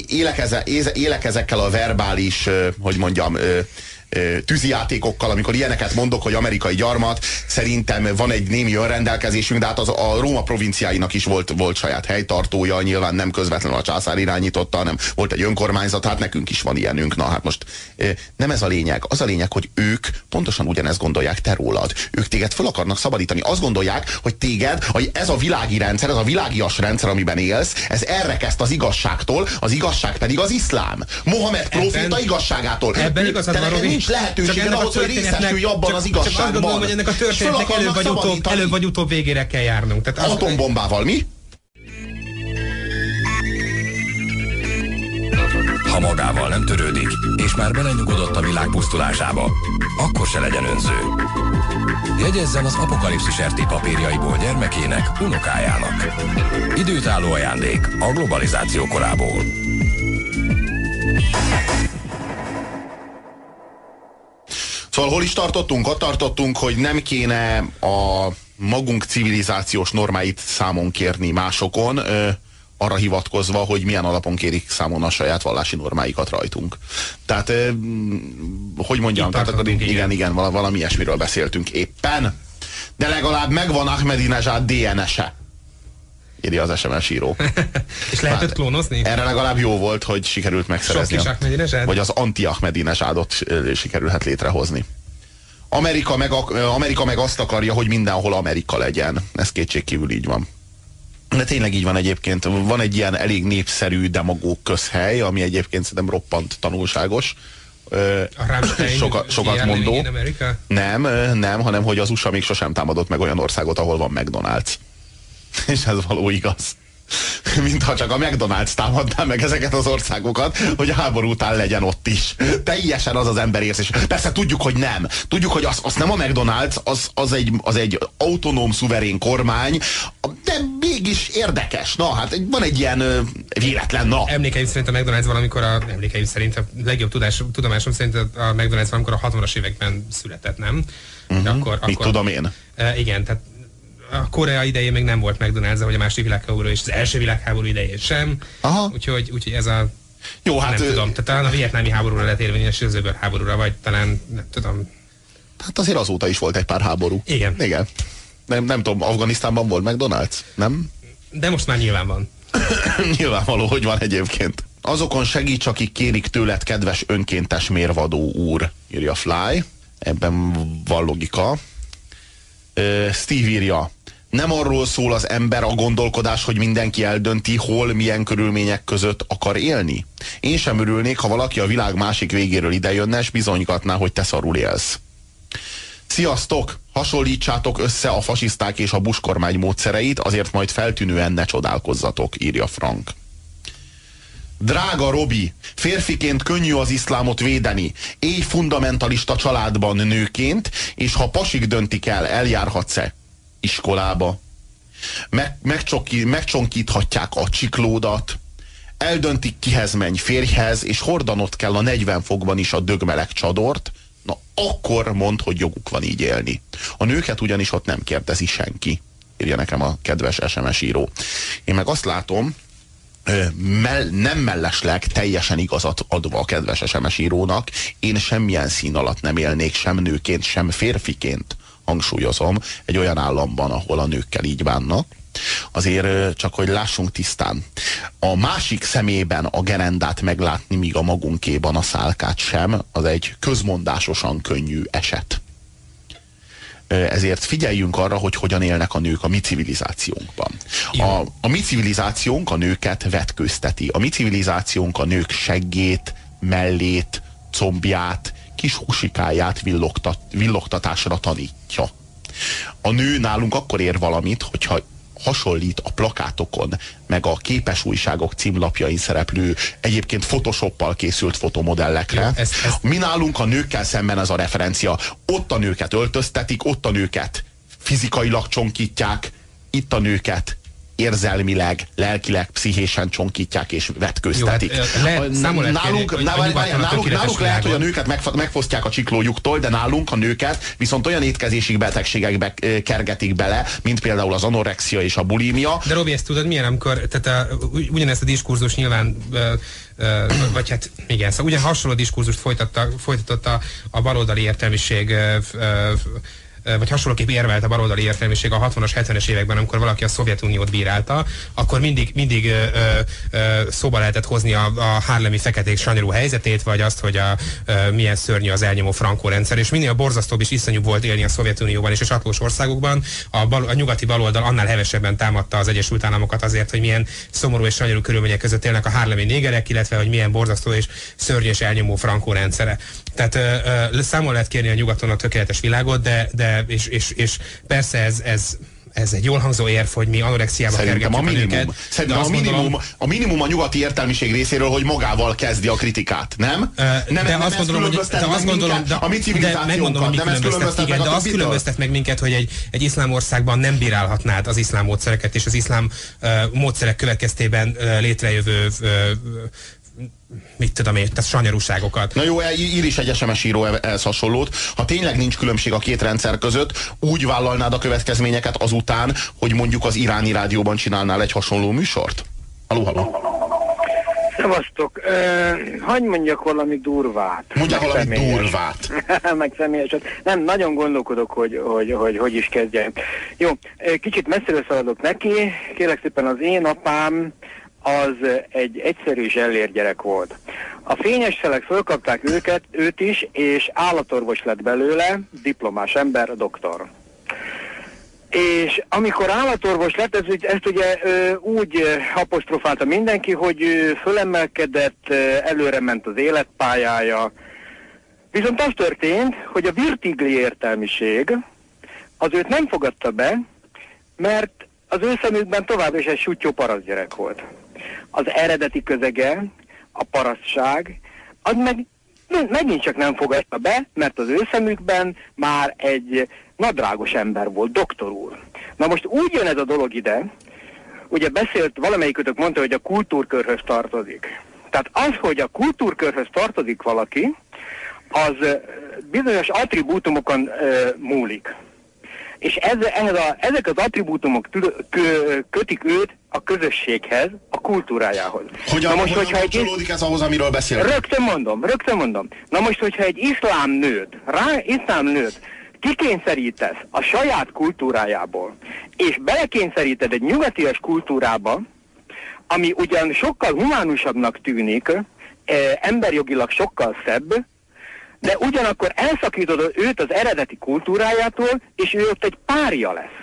Élek ezekkel a verbális, hogy mondjam, tűzijátékokkal, amikor ilyeneket mondok, hogy amerikai gyarmat, szerintem van egy némi önrendelkezésünk, de hát a Róma provinciáinak is volt saját helytartója, nyilván nem közvetlenül a császár irányította, hanem volt egy önkormányzat, hát nekünk is van ilyenünk. Na hát most nem ez a lényeg. Az a lényeg, hogy ők pontosan ugyanezt gondolják te rólad. Ők téged fel akarnak szabadítani. Azt gondolják, hogy téged, hogy ez a világi rendszer, ez a világias rendszer, amiben élsz, ez elrekeszt az igazságtól, az igazság pedig az iszlám. Mohamed próféta igazságától. Ebben igazad van, Robi. Nincs lehetőséged ahhoz, hogy részesülj abban az igazságban. Csak azt gondolom, hogy ennek a történetnek előbb vagy utóbb végére kell járnunk. Tehát atombombával mi? Ha magával nem törődik, és már belenyugodott a világ pusztulásába, akkor se legyen önző. Jegyezzen az Apokalipszis RT papírjaiból gyermekének, unokájának. Időtálló ajándék a globalizáció korából. Szóval hol is tartottunk? Ott tartottunk, hogy nem kéne a magunk civilizációs normáit számon kérni másokon, arra hivatkozva, hogy milyen alapon kérik számon a saját vallási normáikat rajtunk. Tehát, hogy mondjam, tehát akkor igen, valami ilyesmiről beszéltünk éppen. De legalább megvan Ahmadinejad DNS-e. Írja az SMS író. És lehetett klónozni? Erre legalább jó volt, hogy sikerült megszerezni. Sok kis Ahmadinejad? Vagy az anti-Ahmadinejadot sikerülhet létrehozni. Amerika meg azt akarja, hogy mindenhol Amerika legyen. Ez kétségkívül így van. De tényleg így van egyébként. Van egy ilyen elég népszerű demagóg közhely, ami egyébként szerintem roppant tanulságos. Sokat mondó. Nem, hanem hogy az USA még sosem támadott meg olyan országot, ahol van McDonald's. És ez való igaz. Mintha csak a McDonald's támadná meg ezeket az országokat, hogy a háború után legyen ott is. Teljesen az emberérzés. Persze tudjuk, hogy nem. Tudjuk, hogy az nem a McDonald's, az egy autonóm, szuverén kormány, de mégis érdekes. Na, hát van egy ilyen véletlen, na. Emlékeim szerint a McDonald's valamikor a legjobb tudomásom szerint a McDonald's valamikor a 60-as években született, nem? Akkor mit tudom én? Igen, tehát a Korea idején még nem volt McDonald's, vagy a második világháború és az első világháború idején sem. Úgyhogy ez a... Jó, hát... Nem tudom, tehát talán a vietnámi háborúra lehet érvényes, az öböl háborúra, vagy talán, nem tudom. Hát azért azóta is volt egy pár háború. Igen. Nem tudom, Afganisztánban volt McDonald's, nem? De most már nyilván van. Nyilvánvaló, hogy van egyébként. Azokon segíts, akik kérik tőled, kedves önkéntes mérvadó úr, írja Fly. Ebben van logika. Steve írja, Nem arról szól az ember a gondolkodás, hogy mindenki eldönti, hol, milyen körülmények között akar élni. Én sem örülnék, ha valaki a világ másik végéről idejönne, és bizonygatná, hogy te szarul élsz. Sziasztok! Hasonlítsátok össze a fasiszták és a Bush kormány módszereit, azért majd feltűnően ne csodálkozzatok, írja Frank. Drága Robi, férfiként könnyű az iszlámot védeni. Élj fundamentalista családban nőként, és ha pasik döntik el, eljárhatsz-e iskolába. Megcsonkíthatják a csiklódat, eldöntik, kihez menj, férjhez, és hordanod kell a 40 fokban is a dögmeleg csadort. Na akkor mondd, hogy joguk van így élni. A nőket ugyanis ott nem kérdezi senki, írja nekem a kedves SMS író. Én meg azt látom, nem mellesleg teljesen igazat adva a kedves SMS írónak, én semmilyen szín alatt nem élnék, sem nőként, sem férfiként, hangsúlyozom, egy olyan államban, ahol a nőkkel így bánnak. Azért csak, hogy lássunk tisztán. A másik szemében a gerendát meglátni, míg a magunkéban a szálkát sem, az egy közmondásosan könnyű eset. Ezért figyeljünk arra, hogy hogyan élnek a nők a mi civilizációnkban. A mi civilizációnk a nőket vetkőzteti. A mi civilizációnk a nők seggét, mellét, combját, kis húsikáját villogtatásra tanítja. A nő nálunk akkor ér valamit, hogyha hasonlít a plakátokon, meg a képes újságok címlapjain szereplő, egyébként photoshoppal készült fotomodellekre. Mi nálunk a nőkkel szemben ez a referencia. Ott a nőket öltöztetik, ott a nőket fizikailag csonkítják, itt a nőket érzelmileg, lelkileg, pszichésen csonkítják és vetkőztetik. Nálunk lehet, hogy a nőket megfosztják a csiklójuktól, de nálunk a nőket viszont olyan étkezési betegségekbe kergetik bele, mint például az anorexia és a bulimia. De Robi, ezt tudod milyen, amikor ugyanezt a diskurzus nyilván vagy hát igen, szóval ugyan hasonló diskurzust folytatott a baloldali értelmiség, vagy hasonlóképp érvelt a baloldali értelmiség a 60-as, 70-es években, amikor valaki a Szovjetuniót bírálta, akkor mindig szóba lehetett hozni a harlemi feketék sanyarú helyzetét, vagy azt, hogy milyen szörnyű az elnyomó Franco rendszer, és minél borzasztóbb és iszonyúbb volt élni a Szovjetunióban és a csatlós országokban, a nyugati baloldal annál hevesebben támadta az Egyesült Államokat azért, hogy milyen szomorú és sanyarú körülmények között élnek a harlemi négerek, illetve hogy milyen borzasztó és szörnyű és elnyomó Franco rendszere. Tehát számon lehet kérni a nyugaton a tökéletes világot, és persze ez egy jól hangzó érv, hogy mi anorexiába kergetjük a nőket. Szerintem a minimum a nyugati értelmiség részéről, hogy magával kezdi a kritikát, nem? De azt gondolom, a mi civilizációnkat, de azt különböztet meg minket, hogy egy iszlám országban nem bírálhatnád az iszlám módszereket, és az iszlám módszerek következtében létrejövő mit tudom én, tehát sanyarúságokat. Na jó, ír is egy SMS író ehhez hasonlót. Ha tényleg nincs különbség a két rendszer között, úgy vállalnád a következményeket azután, hogy mondjuk az iráni rádióban csinálnál egy hasonló műsort? Halló. Szevasztok. Hagy mondjak valami durvát. Mondjak valami durvát. Meg személyeset. Nem, nagyon gondolkodok, hogy is kezdjem. Jó, kicsit messziről szaladok neki. Kérlek szépen, az én apám az egy egyszerű zsellér gyerek volt. A fényes szelek fölkapták őt is, és állatorvos lett belőle, diplomás ember, doktor. És amikor állatorvos lett, ezt ugye úgy apostrofálta mindenki, hogy fölemelkedett, előre ment az életpályája. Viszont az történt, hogy a virtigli értelmiség az őt nem fogadta be, mert az ő szemükben tovább is egy sutyó parasztgyerek volt. Az eredeti közege, a parasztság, az megint csak nem fogadta be, mert az ő szemükben már egy nadrágos ember volt, doktor úr. Na most úgy jön ez a dolog ide, ugye beszélt, valamelyikőtök mondta, hogy a kultúrkörhöz tartozik. Tehát az, hogy a kultúrkörhöz tartozik valaki, az bizonyos attribútumokon múlik. És ezek az attribútumok kötik őt a közösséghez, a kultúrájához. Hogyan kapcsolódik ez ahhoz, amiről beszélünk? Rögtön mondom. Na most, hogyha egy iszlám nőt kikényszerítesz a saját kultúrájából, és belekényszeríted egy nyugatias kultúrába, ami ugyan sokkal humánusabbnak tűnik, emberjogilag sokkal szebb, de ugyanakkor elszakítod őt az eredeti kultúrájától, és ő ott egy párja lesz.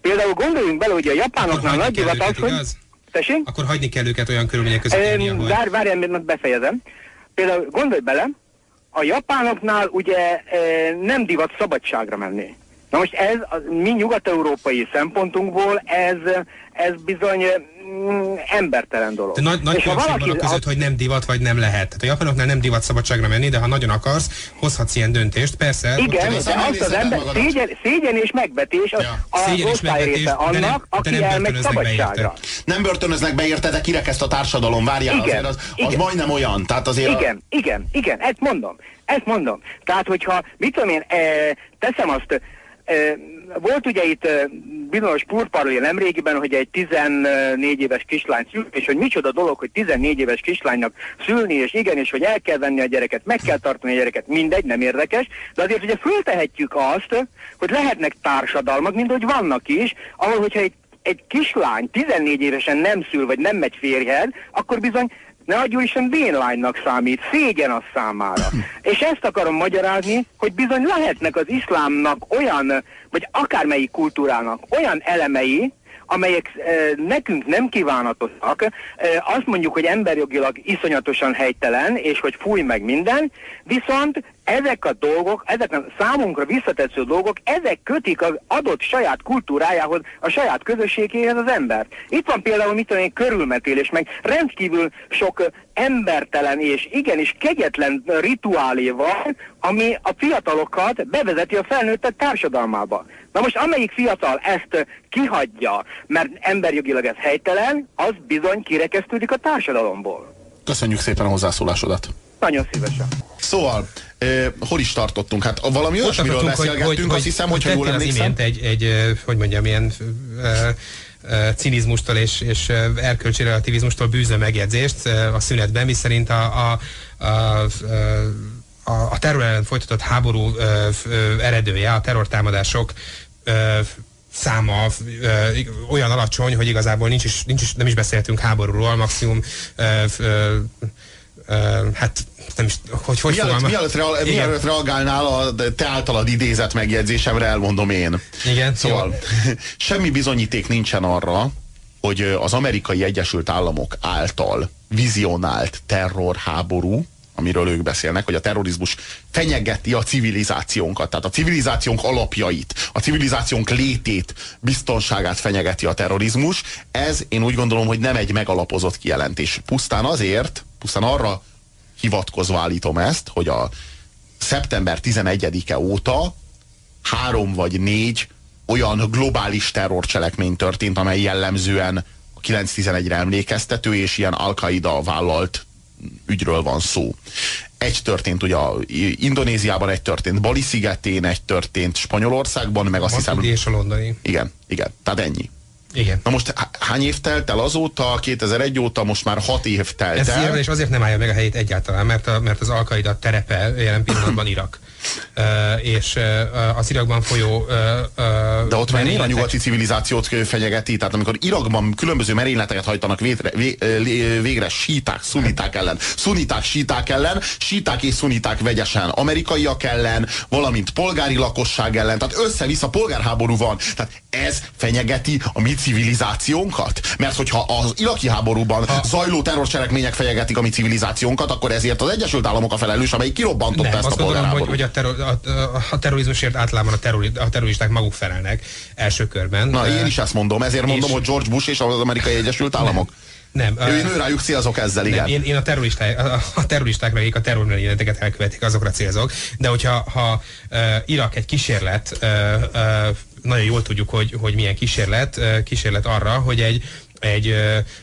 Például gondoljunk bele, hogy a japánoknál nagy divat az, hogy... Tessék? Akkor hagyni kell őket olyan körülmények között élni, ahol... Várjál, mert befejezem. Például gondolj bele, a japánoknál ugye nem divat szabadságra menni. Na most ez mi nyugat-európai szempontunkból ez bizony embertelen dolog. De nagy különbség van között, hogy nem divat vagy nem lehet. Tehát a japánoknál nem divat szabadságra menni, de ha nagyon akarsz, hozhatsz ilyen döntést, persze. Igen, de azt az ember szégyen és megvetés az osztályrésze annak, aki elmegy szabadságra. Nem börtönöznek be érte, de kirekeszt a társadalom, várjál, azért az majdnem olyan. Tehát azért igen, ezt mondom. Tehát, hogyha, mit tudom én, teszem azt, volt ugye itt bizonyos purparolja nemrégiben, hogy egy 14 éves kislány szült, és hogy micsoda dolog, hogy 14 éves kislánynak szülni, és igenis, hogy el kell venni a gyereket, meg kell tartani a gyereket, mindegy, nem érdekes, de azért ugye föltehetjük azt, hogy lehetnek társadalmak, mint hogy vannak is, ahol hogyha egy kislány 14 évesen nem szül, vagy nem megy férjhez, akkor bizony ne adjon Isten bénlánynak számít, szégyen az számára. És ezt akarom magyarázni, hogy bizony lehetnek az iszlámnak olyan, vagy akármelyik kultúrának olyan elemei, amelyek nekünk nem kívánatosak, azt mondjuk, hogy emberjogilag iszonyatosan helytelen, és hogy fúj meg minden, viszont ezek a dolgok, ezek a számunkra visszatetsző dolgok, ezek kötik az adott saját kultúrájához, a saját közösségéhez az embert. Itt van például, mit tudom én, körülmetélés, meg rendkívül sok embertelen és igenis kegyetlen rituálé van, ami a fiatalokat bevezeti a felnőttek társadalmába. Na most amelyik fiatal ezt kihagyja, mert emberjogilag ez helytelen, az bizony kirekesztődik a társadalomból. Köszönjük szépen a hozzászólásodat. Nagyon szívesen. Szóval, hol is tartottunk? Hát valami olyasmiről beszélgettünk, azt hiszem, hogyha jól emlékszem. Hogy mondjam, ilyen cinizmustól és erkölcsi relativizmustól bűző megjegyzést a szünetben, miszerint a terror ellen folytatott háború eredője, a terrortámadások száma olyan alacsony, hogy igazából nem is beszéltünk háborúról, maximum hát nem is, hogy mielőtt reagálnál a te általad idézett megjegyzésemre, elmondom én. Igen, szóval semmi bizonyíték nincsen arra, hogy az Amerikai Egyesült Államok által vizionált terrorháború, amiről ők beszélnek, hogy a terrorizmus fenyegeti a civilizációnkat, tehát a civilizációnk alapjait, a civilizációnk létét, biztonságát fenyegeti a terrorizmus. Ez, én úgy gondolom, hogy nem egy megalapozott kijelentés. Pusztán arra hivatkozva állítom ezt, hogy a szeptember 11-e óta 3 vagy 4 olyan globális terrorcselekmény történt, amely jellemzően a 9/11-re emlékeztető, és ilyen Al-Qaida vállalt ügyről van szó. Egy történt ugye Indonéziában, egy történt Bali szigetén, egy történt Spanyolországban, meg azt hiszem... és a londoni. Igen, tehát ennyi. Igen. Na most hány év telt el azóta, 2001 óta, most már 6 év telt el. És azért nem állja meg a helyét egyáltalán, mert az Al-Qaida terepe jelen pillanatban Irak. És az Irakban folyó de ott már a nyugati civilizációt fenyegeti, tehát amikor Irakban különböző merényleteket hajtanak végre síták, szuniták ellen, szuniták, síták ellen, síták és szuniták vegyesen, amerikaiak ellen, valamint polgári lakosság ellen, tehát össze-vissza polgárháború van. Tehát ez fenyegeti a mi civilizációnkat? Mert hogyha az iraki háborúban zajló terrorcselekmények fenyegetik a mi civilizációnkat, akkor ezért az Egyesült Államok a felelős, amelyik kirobbantotta ezt a polgárháborút. Hogy a terrorizmusért általában a terroristák maguk felelnek első körben. Na, én is ezt mondom, ezért mondom, hogy George Bush és az Amerikai Egyesült Államok. Nem. Én rájuk célzok ezzel, igen. Én a terroristákra, akik a terrormerényleteket elkövetik, azokra célzok. De hogyha Irak egy kísérlet, nagyon jól tudjuk, hogy milyen kísérlet arra, hogy egy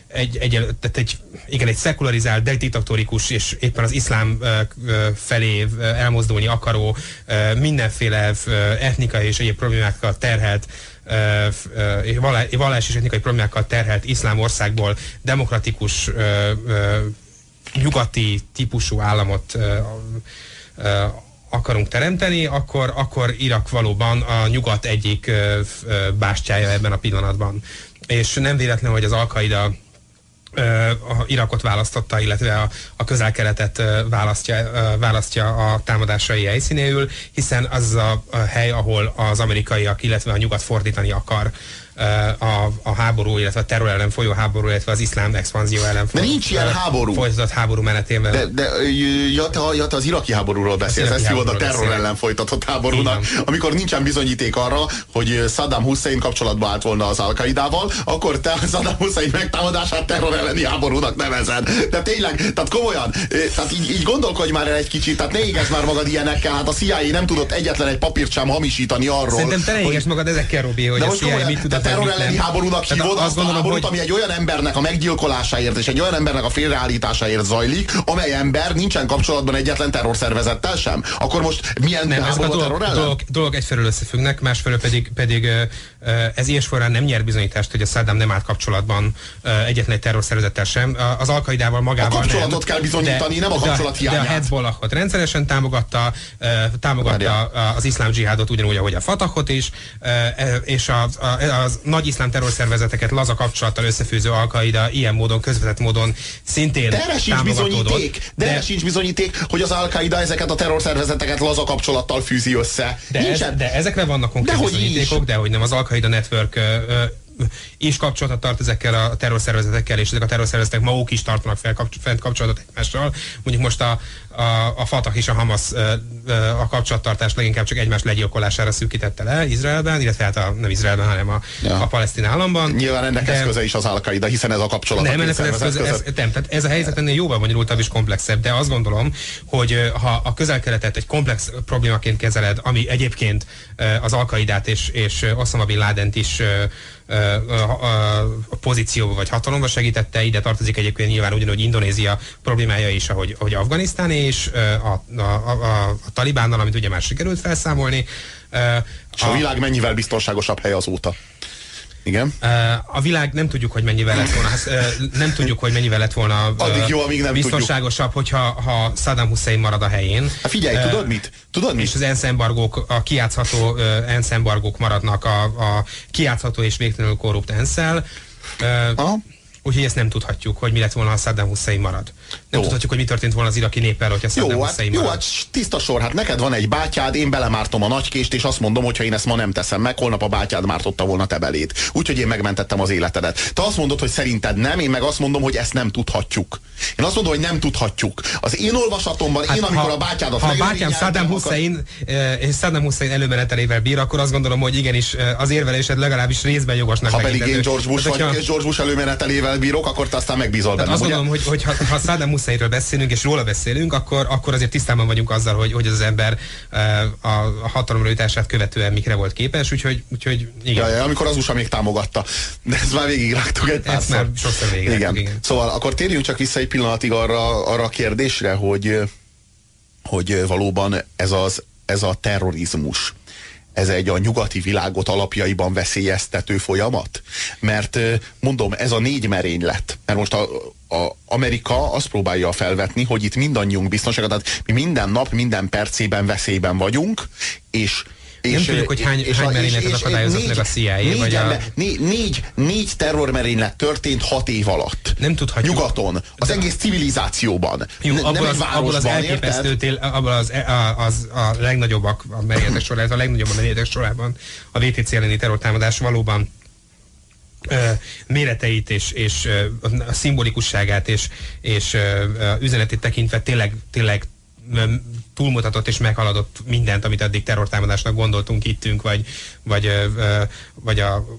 szekularizált, diktatórikus és éppen az iszlám felé elmozdulni akaró, mindenféle etnikai és egyéb problémákkal terhelt, vallás és etnikai problémákkal terhelt iszlám országból demokratikus, nyugati típusú államot akarunk teremteni, akkor Irak valóban a nyugat egyik bástyája ebben a pillanatban. És nem véletlen, hogy az Al-Qaida a Irakot választotta, illetve a Közel-Keletet választja a támadásai helyszínéül, hiszen az a hely, ahol az amerikaiak, illetve a nyugat fordítani akar a háború, illetve a terror ellen folyó háború, illetve az iszlám expanzió ellen nincs ilyen háború. Folytatott háború menetében. De te az iraki háborúról beszélsz, ezt hívod a terror ellen folytatott háborúnak. Amikor nincsen bizonyíték arra, hogy Saddam Hussein kapcsolatba állt volna az Al-Qaidával, akkor te Saddam Hussein megtámadását terror elleni háborúnak nevezed. De tényleg, tehát komolyan, tehát így gondolkodj már el egy kicsit, tehát ne égesd már magad ilyenekkel, hát a CIA nem tudott egyetlen egy papírt sem hamisítani arról. Szerintem te ne égesd magad ezekkel, Robi, hogy a CIA mit tudott. Te terror elleni háborúnak hívod azt a háborút, ami egy olyan embernek a meggyilkolásáért és egy olyan embernek a félreállításáért zajlik, amely ember nincsen kapcsolatban egyetlen terrorszervezettel sem. Akkor most milyen háború a terror ellen? Dolog egyfelől összefüggnek, másfelől pedig ez ilyesforrán nem nyer bizonyítást, hogy a Saddam nem állt kapcsolatban egyetlen egy terrorszervezettel sem. Az Al-Qaidával magával a kapcsolatot kell bizonyítani, nem a kapcsolat hiányát. De a Hezbollahot rendszeresen támogatta az iszlám dzsihádot ugyanúgy, ahogy a Fatahot is, és az nagy iszlám terrorszervezeteket laza kapcsolattal összefűző Al-Qaida ilyen módon, közvetett módon szintén támogatódott. De erre sincs bizonyíték, hogy az Al-Qaida ezeket a terrorszervezeteket laza kapcsolattal fűzi össze. De ezekre vannak konkrét bizonyítékok, de hogy nem az Al-Qaida Network és kapcsolatot tart ezekkel a terrorszervezetekkel, és ezek a terrorszervezetek maguk is tartanak fent kapcsolatot egymással. Mondjuk most a Fatah és a Hamas a kapcsolattartást leginkább csak egymás legyilkolására szűkítette le Izraelben, illetve hát nem Izraelben, hanem a palesztin államban. Nyilván ennek eszköze is az Al-Qaida, hiszen ez a kapcsolat. Nem, tehát ez a helyzet ennél jóval bonyolultabb és komplexebb, de azt gondolom, hogy ha a Közel-Keletet egy komplex problémaként kezeled, ami egyébként az Al-Qaidát és Osama Bin Ladent is a pozícióba vagy hatalomba segítette, ide tartozik egyébként nyilván ugyanúgy Indonézia problémája is, ahogy Afganisztán, és a Talibánnal, amit ugye már sikerült felszámolni. És a világ mennyivel biztonságosabb hely azóta? Igen. A világ nem tudjuk, hogy mennyivel lett volna, nem tudjuk, hogy mennyivel lett volna addig jó, amíg nem biztonságosabb, hogyha Saddam Hussein marad a helyén. Hát figyelj, tudod mit? És az ENSZ embargók, a kijátszható ENSZ embargók maradnak a kijátszható és végtelenül korrupt ENSZ-el. Úgyhogy ezt nem tudhatjuk, hogy mi lett volna, ha Saddam Hussein marad. Nem tudhatjuk, hogy mi történt volna az iraki néppel, hogyha Saddam Hussein marad. Jó, hát tiszta sor, hát neked van egy bátyád, én belemártom a nagykést, és azt mondom, hogy ha én ezt ma nem teszem meg, holnap a bátyád mártotta volna te belét. Úgyhogy én megmentettem az életedet. Te azt mondod, hogy szerinted nem, én meg azt mondom, hogy ezt nem tudhatjuk. Én azt mondom, hogy nem tudhatjuk. Az én olvasatomban, hát amikor a bátyádat ha a bátyám Saddam Hussein és Saddam Hussein előmenetelével bír, akkor azt gondolom, hogy igenis az érvelésed legalábbis részben jogosnak. Ha pedig én George Bush vagy, és George Bush előmenetelével bírok, akkor te aztán megbízol bennem. Azt gondolom, hogy ha Saddam Husseinről beszélünk, és róla beszélünk, akkor azért tisztában vagyunk azzal, hogy az ember a hatalomra jutását követően mikre volt képes, úgyhogy igen. Ja, amikor az USA még támogatta. De ezt már végigrágtuk egy párszor. Ezt már sokszor végigrágtuk, igen. Szóval akkor térjünk csak vissza egy pillanatig arra a kérdésre, hogy valóban ez a terrorizmus, ez egy a nyugati világot alapjaiban veszélyeztető folyamat? Mert mondom, ez a 4 merénylet. Mert most Amerika azt próbálja felvetni, hogy itt mindannyiunk biztonsága, tehát mi minden nap, minden percében veszélyben vagyunk, és nem tudjuk, hogy hány merényletet akadályozott meg a CIA, vagy négy terrormerénylet történt 6 év alatt. Nem tudhatjuk. Nyugaton, az egész civilizációban. Jó, abból az elképesztő, abból a legnagyobbak a merényletek sorában, a legnagyobb a merényletek sorában a VTC elleni terrortámadás valóban méreteit és a szimbolikusságát és üzenetét tekintve tényleg túlmutatott és meghaladott mindent, amit addig terrortámadásnak gondoltunk, ittünk, vagy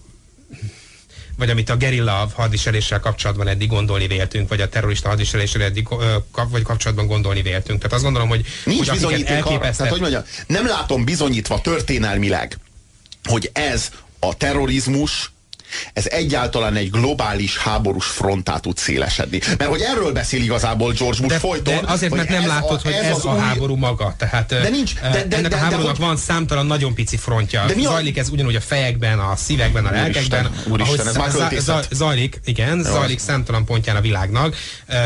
amit a gerilla hadviseléssel kapcsolatban eddig gondolni véltünk, vagy a terrorista hadviseléssel eddig vagy kapcsolatban gondolni véltünk. Tehát azt gondolom, hogy nincs bizonyíték arra. Tehát, hogy mondjam, nem látom bizonyítva történelmileg, hogy ez a terrorizmus, ez egyáltalán egy globális háborús fronttá tud szélesedni. Mert hogy erről beszél igazából George Bush folyton. De azért, mert nem látod, hogy ez a háború maga. Tehát ennek a háborúnak van számtalan nagyon pici frontja. Zajlik ez ugyanúgy a fejekben, a szívekben, a lelkekben. Úristen, ez már költészet. Zajlik számtalan pontján a világnak.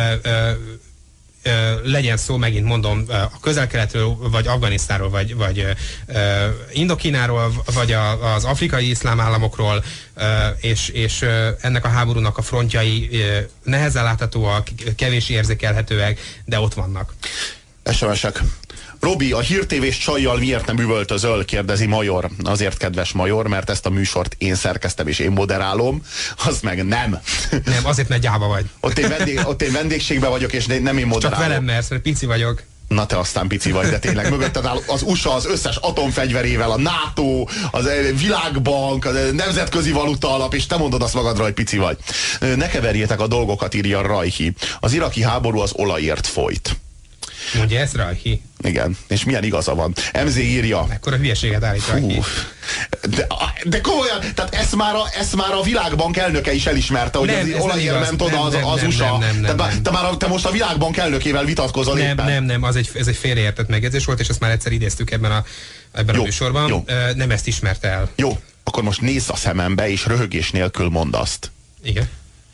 Legyen szó, megint mondom, a Közel-Keletről, vagy Afganisztánról, vagy Indokináról, vagy az afrikai iszlám államokról, és ennek a háborúnak a frontjai nehezen láthatóak, kevés érzékelhetőek, de ott vannak. SMS-ek. Robi, a hírtévés csajjal miért nem üvöltözöl? Kérdezi Major. Azért, kedves Major, mert ezt a műsort én szerkeztem és én moderálom, az meg nem. Nem, azért, mert gyáva vagy. Ott én vendégségben vagyok, és nem én moderálom. Csak velem mersz, mert pici vagyok. Na te aztán pici vagy, de tényleg mögötted áll az USA az összes atomfegyverével, a NATO, a Világbank, a Nemzetközi Valuta Alap, és te mondod azt magadra, hogy pici vagy. Ne keverjétek a dolgokat, írja Rajhi. Az iraki háború az olajért folyt. Mondja ezt Rajhi? Igen, és milyen igaza van. MZ írja. Ekkora hülyeséget állít Rajhi. De komolyan, tehát ezt már a Világbank elnöke is elismerte, hogy az olajért ment oda az USA. Te most a Világbank elnökével vitatkozol éppen. Nem, ez egy félreértett megjegyzés volt, és ezt már egyszer idéztük ebben a műsorban. Jó. Nem ezt ismerte el. Jó, akkor most nézz a szemembe, és röhögés nélkül mondd azt. Igen.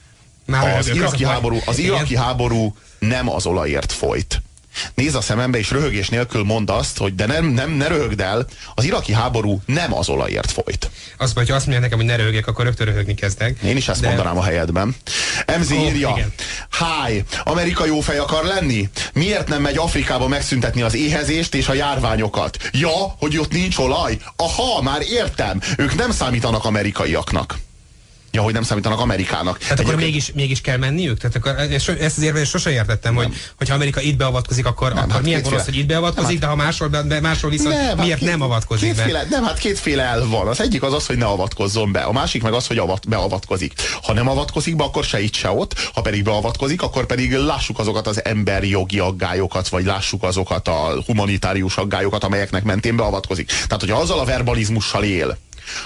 Az iraki háború nem az olajért folyt. Nézz a szemembe, és röhögés nélkül mondd azt, hogy de ne röhögd el, az iraki háború nem az olajért folyt. Azt mondja, azt mondja nekem, hogy ne röhögjek, akkor rögtön röhögni kezdek. Én is ezt mondanám a helyedben. MZ írja, Hi, Amerika jó fej akar lenni? Miért nem megy Afrikába megszüntetni az éhezést és a járványokat? Ja, hogy ott nincs olaj? Aha, már értem. Ők nem számítanak amerikaiaknak. Ja, hogy nem számítanak Amerikának. Tehát akkor mégis kell menniük? Tehát akkor ezt az érvelést sose értettem, hogy ha Amerika itt beavatkozik, akkor milyen gonosz, hogy itt beavatkozik, de ha máshol viszont miért nem avatkozik be? Kétféle elv van. Az egyik az, hogy ne avatkozzon be. A másik meg az, hogy beavatkozik. Ha nem avatkozik be, akkor se itt, se ott. Ha pedig beavatkozik, akkor pedig lássuk azokat az emberi jogi aggályokat, vagy lássuk azokat a humanitárius aggályokat, amelyeknek mentén beavatkozik. Tehát, hogyha azzal a verbalizmussal él,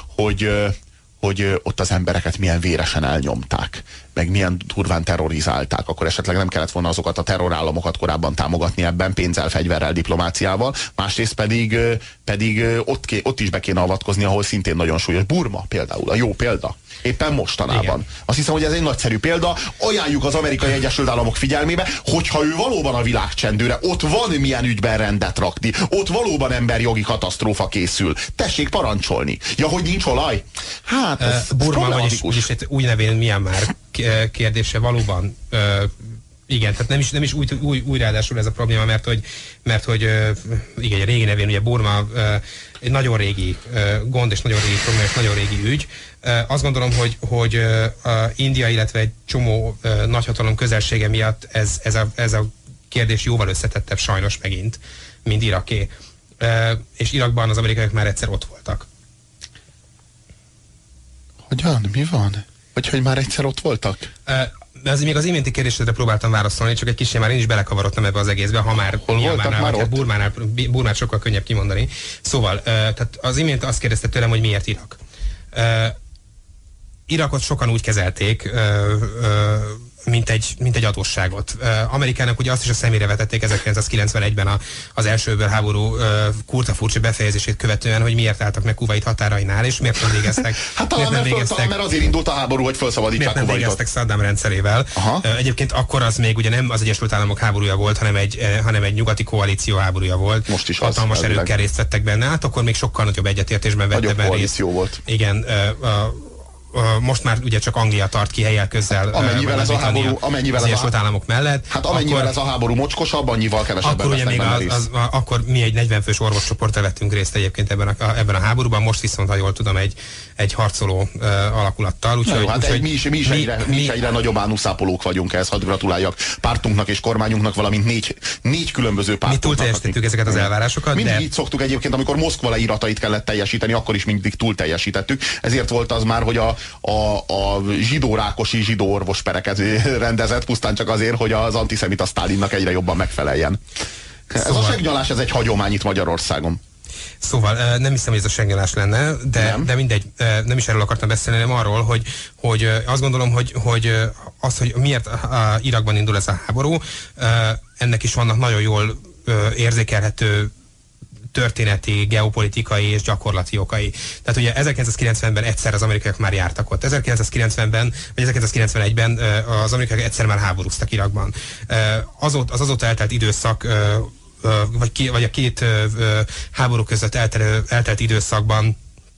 hogy ott az embereket milyen véresen elnyomták, meg milyen durván terrorizálták, akkor esetleg nem kellett volna azokat a terrorállamokat korábban támogatni ebben pénzzel, fegyverrel, diplomáciával, másrészt pedig ott is be kéne avatkozni, ahol szintén nagyon súlyos. Burma például, a jó példa. Éppen mostanában. Igen. Azt hiszem, hogy ez egy nagyszerű példa. Ajánljuk az Amerikai Egyesült Államok figyelmébe, hogyha ő valóban a világ csendőre, ott van milyen ügyben rendet rakni, ott valóban emberjogi katasztrófa készül. Tessék parancsolni. Ja, hogy nincs olaj? Hát, ez Burma, vagyis új nevén Myanmar kérdése valóban igen, tehát nem is új ráadásul ez a probléma, mert hogy igen, régi nevén ugye Burma egy nagyon régi gond, és nagyon régi probléma, és nagyon régi ügy. Azt gondolom, hogy India, illetve egy csomó nagyhatalom közelsége miatt ez a kérdés jóval összetettebb sajnos megint, mint Iraké. És Irakban az amerikaiak már egyszer ott voltak. Hogyan? Mi van? Hogy már egyszer ott voltak? De még az iménti kérdésedre próbáltam válaszolni, csak egy kicsit már én is belekavarodtam ebbe az egészbe, ha már Burmánál sokkal könnyebb kimondani. Szóval, tehát az imént azt kérdezte tőlem, hogy miért Irak. Irakot sokan úgy kezelték, mint egy adósságot. Amerikának ugye azt is a szemére vetették 1991-ben az első öbölháború kurta furcsa befejezését követően, hogy miért álltak meg Kuvait határainál, és miért nem végeztek. Hát talán mert azért indult a háború, hogy felszabadítsák Kuvaitot. Miért nem végeztek Saddam rendszerével. Egyébként akkor az még ugye nem az Egyesült Államok háborúja volt, hanem egy nyugati koalíció háborúja volt. Most is hatalmas erőkkel részt vettek benne. Hát akkor még sokkal nagyobb egyetértésben vette be részt. Volt. Igen, most már ugye csak Anglia tart ki helyel közzel amennyivel ez a háború, az Egyesült Államok mellett. Hát amennyivel ez a háború mocskosabb, annyival kevesebben vesznek benne részt. Akkor mi egy 40 fős orvoscsoporttal vettünk részt egyébként ebben a háborúban, most viszont, ha jól tudom, egy harcoló alakulattal. Mi is egyre nagyobb ánuszápolók vagyunk ehhez, hadd gratuláljak pártunknak és kormányunknak, valamint négy különböző pártunknak. Mi túlteljesítettük ezeket az elvárásokat. Mindig így szoktuk egyébként, amikor Moszkva leíratait kellett teljesíteni, akkor is mindig túlteljesítettük. Ezért volt az már, hogy a zsidó Rákosi zsidó orvospereket rendezett, pusztán csak azért, hogy az antiszemita Sztálinnak egyre jobban megfeleljen. Ez a segnyalás, ez egy hagyomány itt Magyarországon. Szóval nem hiszem, hogy ez a segnyalás lenne, de mindegy, nem is erről akartam beszélni, hanem arról, hogy azt gondolom, hogy miért Irakban indul ez a háború, ennek is vannak nagyon jól érzékelhető történeti, geopolitikai és gyakorlati okai. Tehát ugye 1990-ben egyszer az amerikaiak már jártak ott. 1990-ben, vagy 1991-ben az amerikaiak egyszer már háborúztak Irakban. Az azóta eltelt időszak, vagy a két háború között eltelt időszakban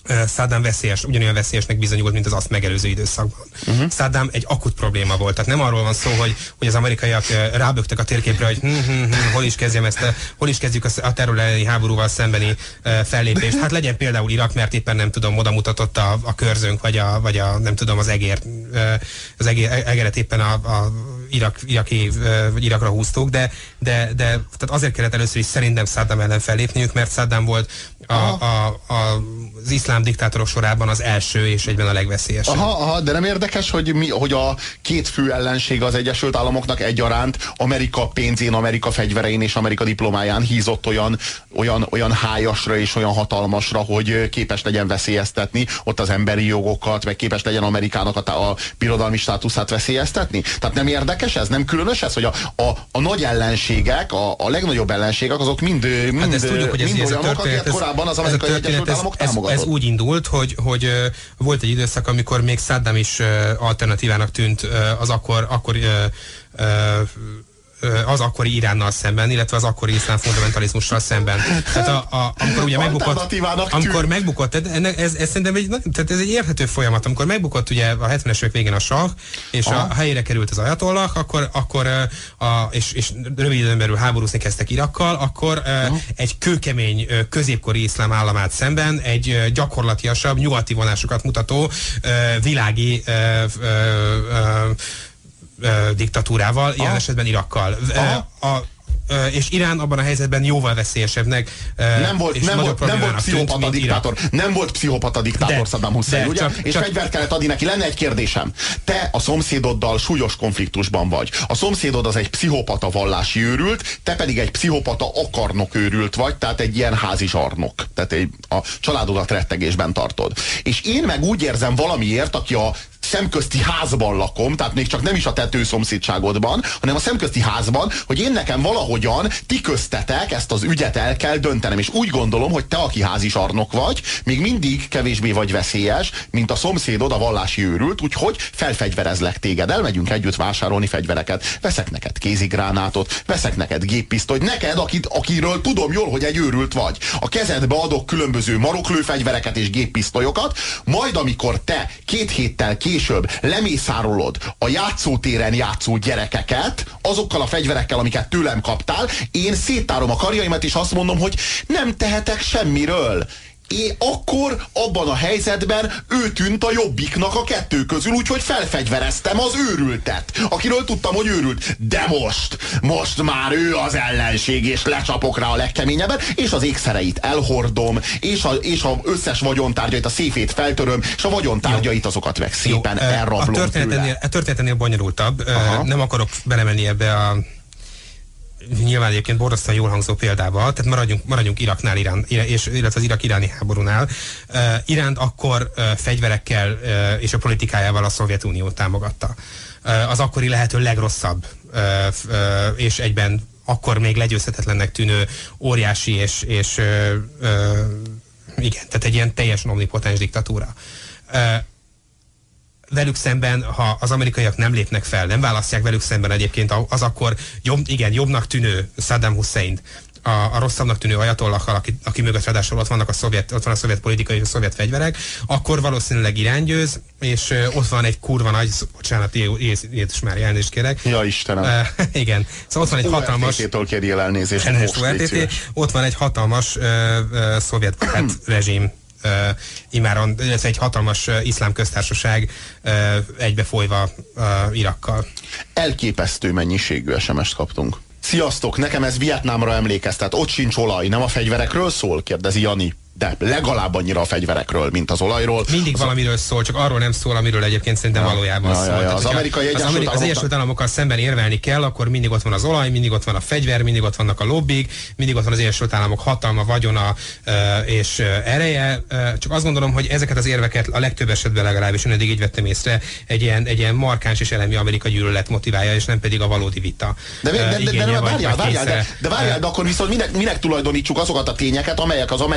Saddam ugyanolyan veszélyesnek bizonyult, mint az azt megelőző időszakban. Saddam egy akut probléma volt. Tehát nem arról van szó, hogy az amerikaiak rábögtek a térképre, hogy hol is kezdjük a terror elleni háborúval szembeni fellépést. Hát legyen például Irak, mert éppen nem tudom, oda mutatott a körzőnk, vagy a nem tudom, az egeret éppen a Irakra húztuk, de tehát azért kellett először is szerintem Saddam ellen fellépniük, mert Saddam volt az iszlám diktátorok sorában az első és egyben a legveszélyesebb. De nem érdekes, hogy a két fő ellenség az Egyesült Államoknak egyaránt Amerika pénzén, Amerika fegyverein és Amerika diplomáján hízott olyan hájasra és olyan hatalmasra, hogy képes legyen veszélyeztetni ott az emberi jogokat, meg képes legyen Amerikának a birodalmi státuszát veszélyeztetni? Tehát nem érdekes ez? Nem különös ez, hogy a nagy ellenségek, a legnagyobb ellenségek, azok mind tudjuk, hogy olyanok, akiket korábban az Amerikai Egyesült Államok támogatott. Ez úgy indult, hogy volt egy időszak, amikor még Saddam is alternatívának tűnt az akkori Iránnal szemben, illetve az akkori iszlám fundamentalizmussal szemben. Tehát amikor ugye megbukott, ez szerintem tehát ez egy érthető folyamat. Amikor megbukott ugye a 70-es évek végén a sah, és a helyére került az ajatollah, és rövid időn belül háborúzni kezdtek Irakkal, akkor egy kőkemény középkori iszlám államát szemben egy gyakorlatiasabb, nyugati vonásokat mutató világi diktatúrával, ilyen esetben Irakkal. És Irán abban a helyzetben jóval veszélyesebbnek nem volt pszichopata diktátor. Nem volt pszichopata diktátor Saddam Hussein, ugye? És fegyvert kellett adni neki. Lenne egy kérdésem. Te a szomszédoddal súlyos konfliktusban vagy. A szomszédod az egy pszichopata vallási őrült, te pedig egy pszichopata akarnok őrült vagy, tehát egy ilyen házi zsarnok. Tehát a családodat rettegésben tartod. És én meg úgy érzem valamiért, aki a szemközti házban lakom, tehát még csak nem is a tető szomszédságodban, hanem a szemközti házban, hogy én nekem valahogyan ti köztetek ezt az ügyet el kell döntenem. És úgy gondolom, hogy te, aki házi zsarnok vagy, még mindig kevésbé vagy veszélyes, mint a szomszédod, a vallási őrült, úgyhogy felfegyverezlek téged. Elmegyünk együtt vásárolni fegyvereket. Veszek neked kézigránátot, veszek neked géppisztolyt, neked, akiről tudom jól, hogy egy őrült vagy. A kezedbe adok különböző maroklőfegyvereket és géppisztolyokat, majd amikor te 2 héttel később lemészárolod a játszótéren játszó gyerekeket azokkal a fegyverekkel, amiket tőlem kaptál, én széttárom a karjaimat, és azt mondom, hogy nem tehetek semmiről. Akkor abban a helyzetben ő tűnt a jobbiknak a kettő közül, úgyhogy felfegyvereztem az őrültet, akiről tudtam, hogy őrült. De most már ő az ellenség, és lecsapok rá a legkeményebben, és az ékszereit elhordom, és a összes vagyontárgyait, a széfét feltöröm, és a vagyontárgyait azokat meg szépen elrablom. A történetenél bonyolultabb. Nem akarok belemenni ebbe a nyilván egyébként borzasztóan jól hangzó példával, tehát maradjunk Iraknál, illetve az irak-iráni háborúnál. Iránt akkor fegyverekkel és a politikájával a Szovjetunió támogatta. Az akkori lehető legrosszabb és egyben akkor még legyőzhetetlennek tűnő óriási és igen, tehát egy ilyen teljesen omnipotens diktatúra. Velük szemben, ha az amerikaiak nem lépnek fel, nem választják velük szemben egyébként az akkor jobbnak tűnő Saddam Husseint, a rosszabbnak tűnő ajatollahal, aki mögött ráadásul ott van a szovjet politika és a szovjet fegyverek, akkor valószínűleg Irán győz, és ott van egy kurva nagy, bocsánat, Jézus már elnézést kérek. Ja, Istenem. Igen. Szóval ott van egy hatalmas... URTT-től kérjél elnézést. Ott van egy hatalmas szovjet rezsim, imáron, ez egy hatalmas iszlám köztársaság egybefolyva Irakkal. Elképesztő mennyiségű SMS-t kaptunk. Sziasztok, nekem ez Vietnámra emlékeztet, ott sincs olaj, nem a fegyverekről szól? Kérdezi Jani. De legalább annyira a fegyverekről, mint az olajról. Mindig valamiről szól, csak arról nem szól, amiről egyébként szerintem valójában szól. Az Egyesült Államokkal szemben érvelni kell, akkor mindig ott van az olaj, mindig ott van a fegyver, mindig ott vannak a lobbik, mindig ott van az Egyesült Államok hatalma, vagyona és ereje. Csak azt gondolom, hogy ezeket az érveket a legtöbb esetben legalábbis én eddig így vettem észre, egy ilyen markáns és elemi Amerika gyűlölet motiválja, és nem pedig a valódi vita. De várjál, de akkor viszont minek tulajdonítsuk azokat a tényeket, amelyek az amerikai olaj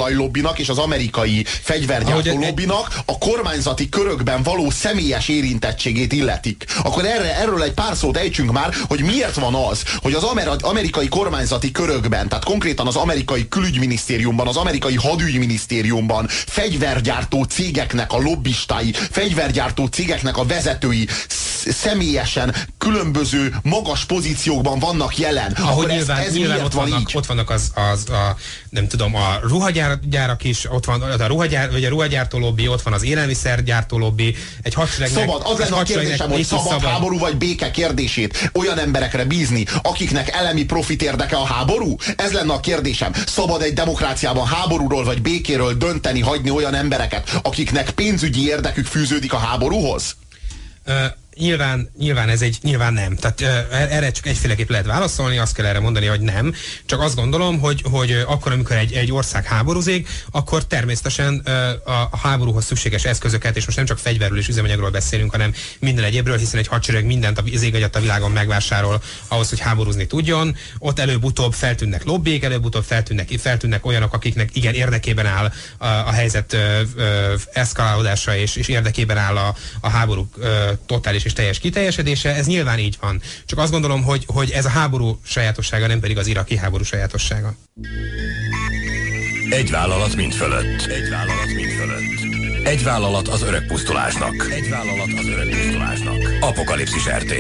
olajlobbinak és az amerikai fegyvergyártó lobbinak a kormányzati körökben való személyes érintettségét illetik. Akkor erről egy pár szót ejtsünk már, hogy miért van az, hogy az amerikai kormányzati körökben, tehát konkrétan az amerikai külügyminisztériumban, az amerikai hadügyminisztériumban fegyvergyártó cégeknek a lobbistái, fegyvergyártó cégeknek a vezetői személyesen különböző magas pozíciókban vannak jelen. Ahogy nyilván ott vannak nem tudom, a ruhagyárak is, ott van a ruhagyártó lobby, ott van az élelmiszergyártó lobby, egy hadseregnek... Szabad, az lenne a kérdésem, hogy szabad háború vagy béke kérdését olyan emberekre bízni, akiknek elemi profit érdeke a háború? Ez lenne a kérdésem. Szabad egy demokráciában háborúról vagy békéről dönteni, hagyni olyan embereket, akiknek pénzügyi érdekük fűződik a háborúhoz? Nyilván nem. Tehát erre csak egyféleképp lehet válaszolni, azt kell erre mondani, hogy nem. Csak azt gondolom, hogy akkor, amikor egy ország háborúzik, akkor természetesen a háborúhoz szükséges eszközöket, és most nem csak fegyverről és üzemanyagról beszélünk, hanem minden egyébről, hiszen egy hadsereg mindent az ég egyet a világon megvásárol ahhoz, hogy háborúzni tudjon. Ott előbb-utóbb feltűnnek lobbik, előbb-utóbb feltűnnek olyanok, akiknek igen érdekében áll a helyzet eszkalálódása, és érdekében áll a háború totális és teljes kiteljesedése, ez nyilván így van. Csak azt gondolom, hogy ez a háború sajátossága, nem pedig az iraki háború sajátossága. Egy vállalat mind fölött. Egy vállalat mind fölött. Egy vállalat az öreg pusztulásnak. Egy vállalat az öreg pusztulásnak. Apokalipszis RT.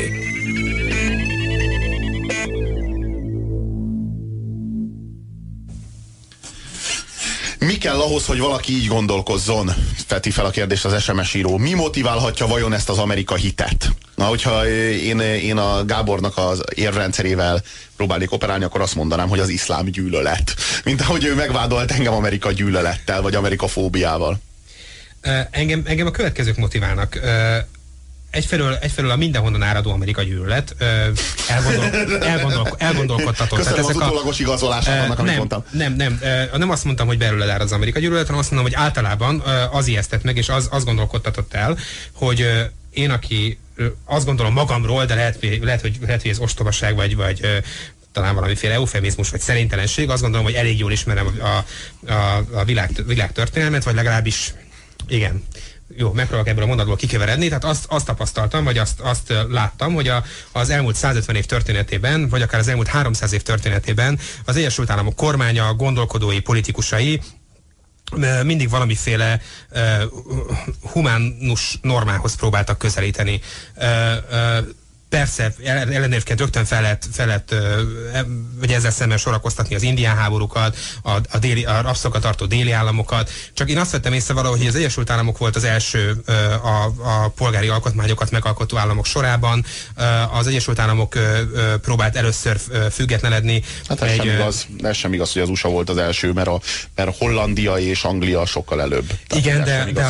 Mi kell ahhoz, hogy valaki így gondolkozzon? Feti fel a kérdést az SMS író. Mi motiválhatja vajon ezt az Amerika hitet? Na, hogyha én a Gábornak az érvrendszerével próbálnék operálni, akkor azt mondanám, hogy az iszlám gyűlölet. Mint ahogy ő megvádolt engem Amerika gyűlölettel, vagy Amerika fóbiával. Engem a következők motiválnak. Egyfelől a mindenhonnan áradó Amerika gyűlölet elgondolkodtató. Köszönöm az utólagos igazolását annak, amit mondtam. Nem azt mondtam, hogy belőled árad az Amerika gyűlölet, hanem azt mondom, hogy általában az ijesztett meg, és az gondolkodtatott el, hogy én, aki azt gondolom magamról, de lehet, hogy ez ostobaság, vagy talán valamiféle eufemizmus, vagy szerintelenség, azt gondolom, hogy elég jól ismerem a világ történelmet, vagy legalábbis igen. Jó, megpróbálok ebből a mondatból kikeveredni, tehát azt tapasztaltam, vagy azt láttam, hogy az elmúlt 150 év történetében, vagy akár az elmúlt 300 év történetében az Egyesült Államok kormánya, gondolkodói, politikusai mindig valamiféle humánus normához próbáltak közelíteni. Persze, ellenérvként rögtön fel lehet vagy ezzel szemben sorakoztatni az indián háborúkat, a rabszolgatartó déli államokat. Csak én azt vettem észre valahogy, hogy az Egyesült Államok volt az első a polgári alkotmányokat megalkotó államok sorában. Az Egyesült Államok próbált először függetlenedni. Hát ez sem igaz, hogy az USA volt az első, mert Hollandia és Anglia sokkal előbb. Igen, de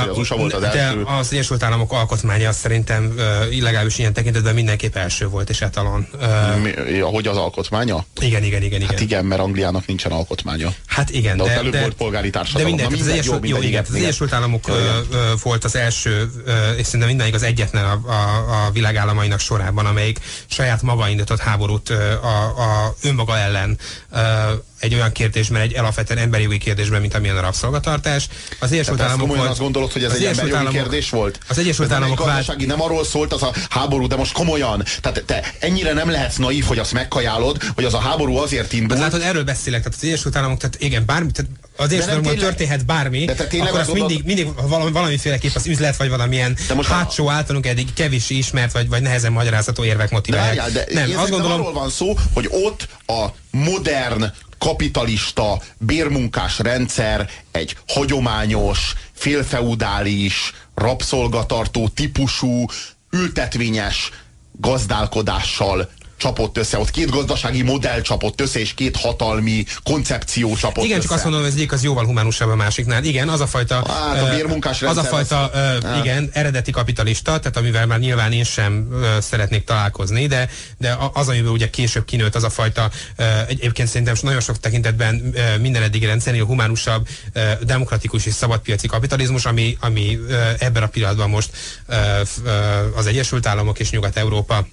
az Egyesült Államok alkotmánya szerintem legalábbis ilyen tekintetben mindenki első volt, és etalon. Ahogy az alkotmánya? Igen. Hát igen, mert Angliának nincsen alkotmánya. Hát igen, de ott előbb volt polgári társadalom. De az Egyesült Államok volt az első, és szerintem mindenig az egyetlen a világállamainak sorában, amelyik saját maga indított háborút a önmaga ellen egy olyan kérdésben, egy alapvetően emberi jogi kérdésben, mint amilyen a rabszolgatartás. Az Egyesült Államok volt. Azt gondolod, hogy ez egy emberi jogi kérdés volt? Az Egyesült Államok nem arról szólt az a háború, de most komolyan. Tehát te ennyire nem lehetsz naív, hogy azt megkajálod, hogy az a háború azért indult. Hát látod, erről beszélek, tehát az Egyesült Államok, tehát igen, bármi, tehát az Egyesült Államokban történhet bármi, akkor azt mindig valamiféleképp az üzlet, vagy valamilyen hátsó általunk eddig kevés ismert, vagy nehezen magyarázható érvek motiválják. Nem, azt gondolom, arról van szó, hogy ott a modern kapitalista bérmunkás rendszer egy hagyományos, félfeudális, rabszolgatartó típusú, ültetvényes gazdálkodással csapott össze. Ott két gazdasági modell csapott össze, és két hatalmi koncepció csapott igen, össze. Csak azt mondom, hogy az egyik az jóval humánusabb a másiknál. Igen, az a fajta, a bérmunkás rendszer, igen, eredeti kapitalista, tehát amivel már nyilván én sem szeretnék találkozni, de az, amivel ugye később kinőtt, az a fajta, egyébként szerintem nagyon sok tekintetben minden eddigi rendszernél humánusabb, demokratikus és szabadpiaci kapitalizmus, ami ebben a pillanatban most az Egyesült Államok és Nyugat-Európa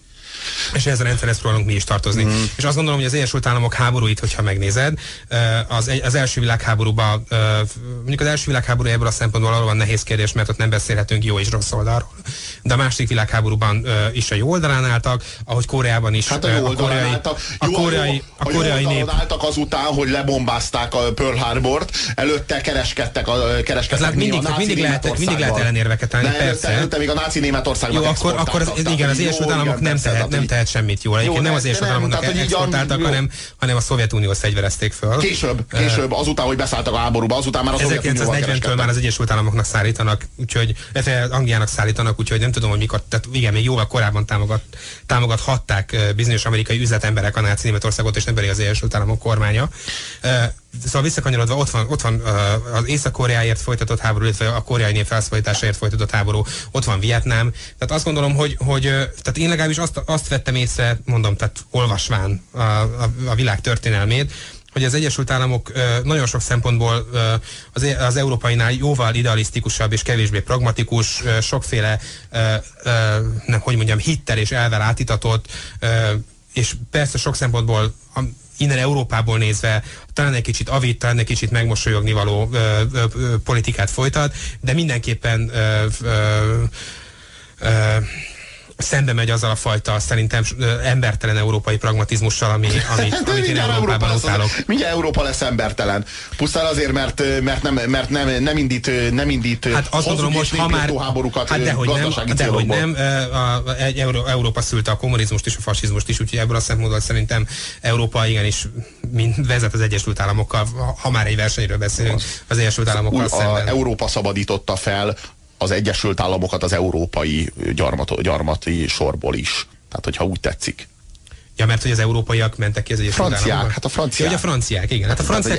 És ehhez a rendszerhez próbálunk mi is tartozni. És azt gondolom, hogy az Egyesült Államok háborúit, hogyha megnézed, az első világháborúban, mondjuk az első világháború ebből a szempontból valóban nehéz kérdés, mert ott nem beszélhetünk jó és rossz oldalról. De a második világháborúban is a jó oldalán álltak, ahogy Koreában is. Hát a jó oldalán álltak. A koreai nép álltak azután, hogy lebombázták a Pearl Harbort, előtte kereskedtek mindig lehet ellenérveket állni, persze. Előtte még a náci Németországnak akkor igen, az Egyesült Államok nem tehet semmit jól. Egyébként nem az Egyesült Államoknak exportáltak, hanem a Szovjetunió fegyverezték föl. Később, azután, hogy beszálltak a háborúba, azután már a Szovjetunióval 1940-től már az Egyesült Államoknak szállítanak, úgyhogy Angliának szállítanak, úgyhogy nem tudom, hogy mikor, tehát igen, még jóval korábban támogathatták bizonyos amerikai üzletemberek a náci Németországot, és nem pedig az Egyesült Államok kormánya. Szóval visszakanyarodva, ott van az Észak-Koreáért folytatott háború, illetve a koreai nép felszabadításáért folytatott háború, ott van Vietnám. Tehát azt gondolom, hogy tehát én legalábbis azt vettem észre, mondom, tehát olvasván a világ történelmét, hogy az Egyesült Államok nagyon sok szempontból az európainál jóval idealisztikusabb és kevésbé pragmatikus, sokféle, hittel és elvel átitatott, és persze sok szempontból innen Európából nézve talán egy kicsit avít, talán egy kicsit megmosolyogni való politikát folytat, de mindenképpen szembe megy azzal a fajta, szerintem embertelen európai pragmatizmussal, amit én Európában utálok. Mindjárt Európa lesz embertelen. Pusztán azért, mert nem indít hát azt gondolom, hogy ha már háborúkat gazdasági célokból. Nem, Európa szülte a kommunizmust és a fasizmust is, úgyhogy ebből a szempontból szerintem Európa igenis vezet az Egyesült Államokkal, ha már egy versenyről beszélünk, az Egyesült Államokkal szemben. Európa szabadította fel az Egyesült Államokat az európai gyarmati sorból is. Tehát, hogyha úgy tetszik. Ja, mert hogy az európaiak mentek ki az Egyesült Államokba. Hát a franciák. Ja, a franciák, igen. Hát a franciák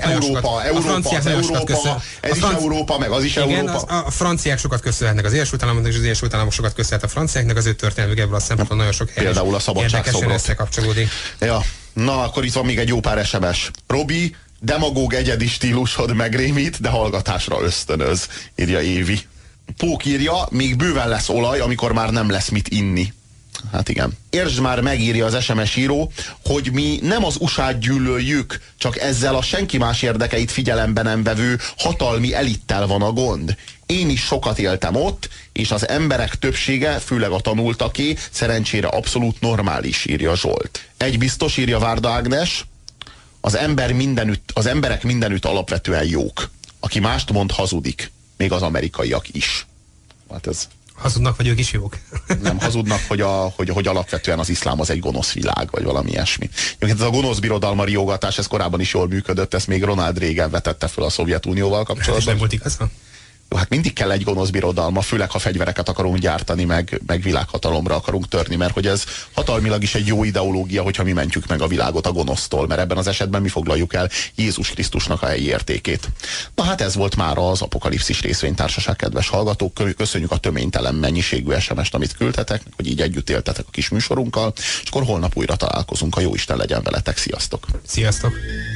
ez is Európa, meg az is Európa. A franciák sokat köszönhetnek az Egyesült Államoknak, és az Egyesült Államok sokat köszönhet a franciáknak, az ő történelmük ebből a szempontból nagyon sok helyen. Például a szabadságszobrot összekapcsolódik. Ja, na akkor itt van még egy jó pár SMS. Robi, demagóg egyedi stílusod megrémít, de hallgatásra ösztönöz, írja Évi. Pók írja, még bőven lesz olaj, amikor már nem lesz mit inni. Hát igen. Értsd már, megírja az SMS író, hogy mi nem az USA-t gyűlöljük, csak ezzel a senki más érdekeit figyelembe nem vevő hatalmi elittel van a gond. Én is sokat éltem ott, és az emberek többsége, főleg a tanultaké, szerencsére abszolút normális, írja Zsolt. Egy biztos, írja Várda Ágnes, az emberek mindenütt alapvetően jók. Aki mást mond, hazudik. Még az amerikaiak is. Hát ez... Hazudnak, vagy ők is jók? Nem, hazudnak, hogy alapvetően az iszlám az egy gonosz világ, vagy valami ilyesmi. Ez a gonosz birodalma riogatás, ez korábban is jól működött, ezt még Ronald Reagan vetette föl a Szovjetunióval kapcsolatban. Hát és nem volt igaza? Jó, hát mindig kell egy gonosz birodalma, főleg ha fegyvereket akarunk gyártani, meg világhatalomra akarunk törni, mert hogy ez hatalmilag is egy jó ideológia, hogyha mi mentjük meg a világot a gonosztól, mert ebben az esetben mi foglaljuk el Jézus Krisztusnak a helyi értékét. Na hát ez volt már az Apokalipszis részvénytársaság, kedves hallgatók. Köszönjük a töménytelen mennyiségű SMS-t, amit küldtetek, hogy így együtt éltetek a kis műsorunkkal, és akkor holnap újra találkozunk. A Jóisten legyen veletek. Sziasztok! Sziasztok!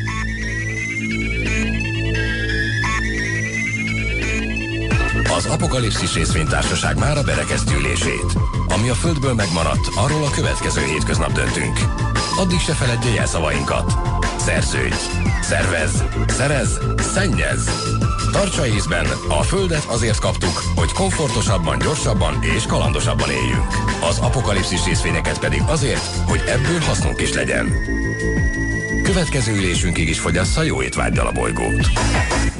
Az Apokalipszis részvénytársaság mára berekezti ülését. Ami a Földből megmaradt, arról a következő hétköznap döntünk. Addig se feledje jelszavainkat. Szerződj, szervez, szerez, szennyez. Tartsa észben, a Földet azért kaptuk, hogy komfortosabban, gyorsabban és kalandosabban éljünk. Az Apokalipszis részvényeket pedig azért, hogy ebből hasznunk is legyen. Következő ülésünkig is fogyassza jó étvággyal a bolygót.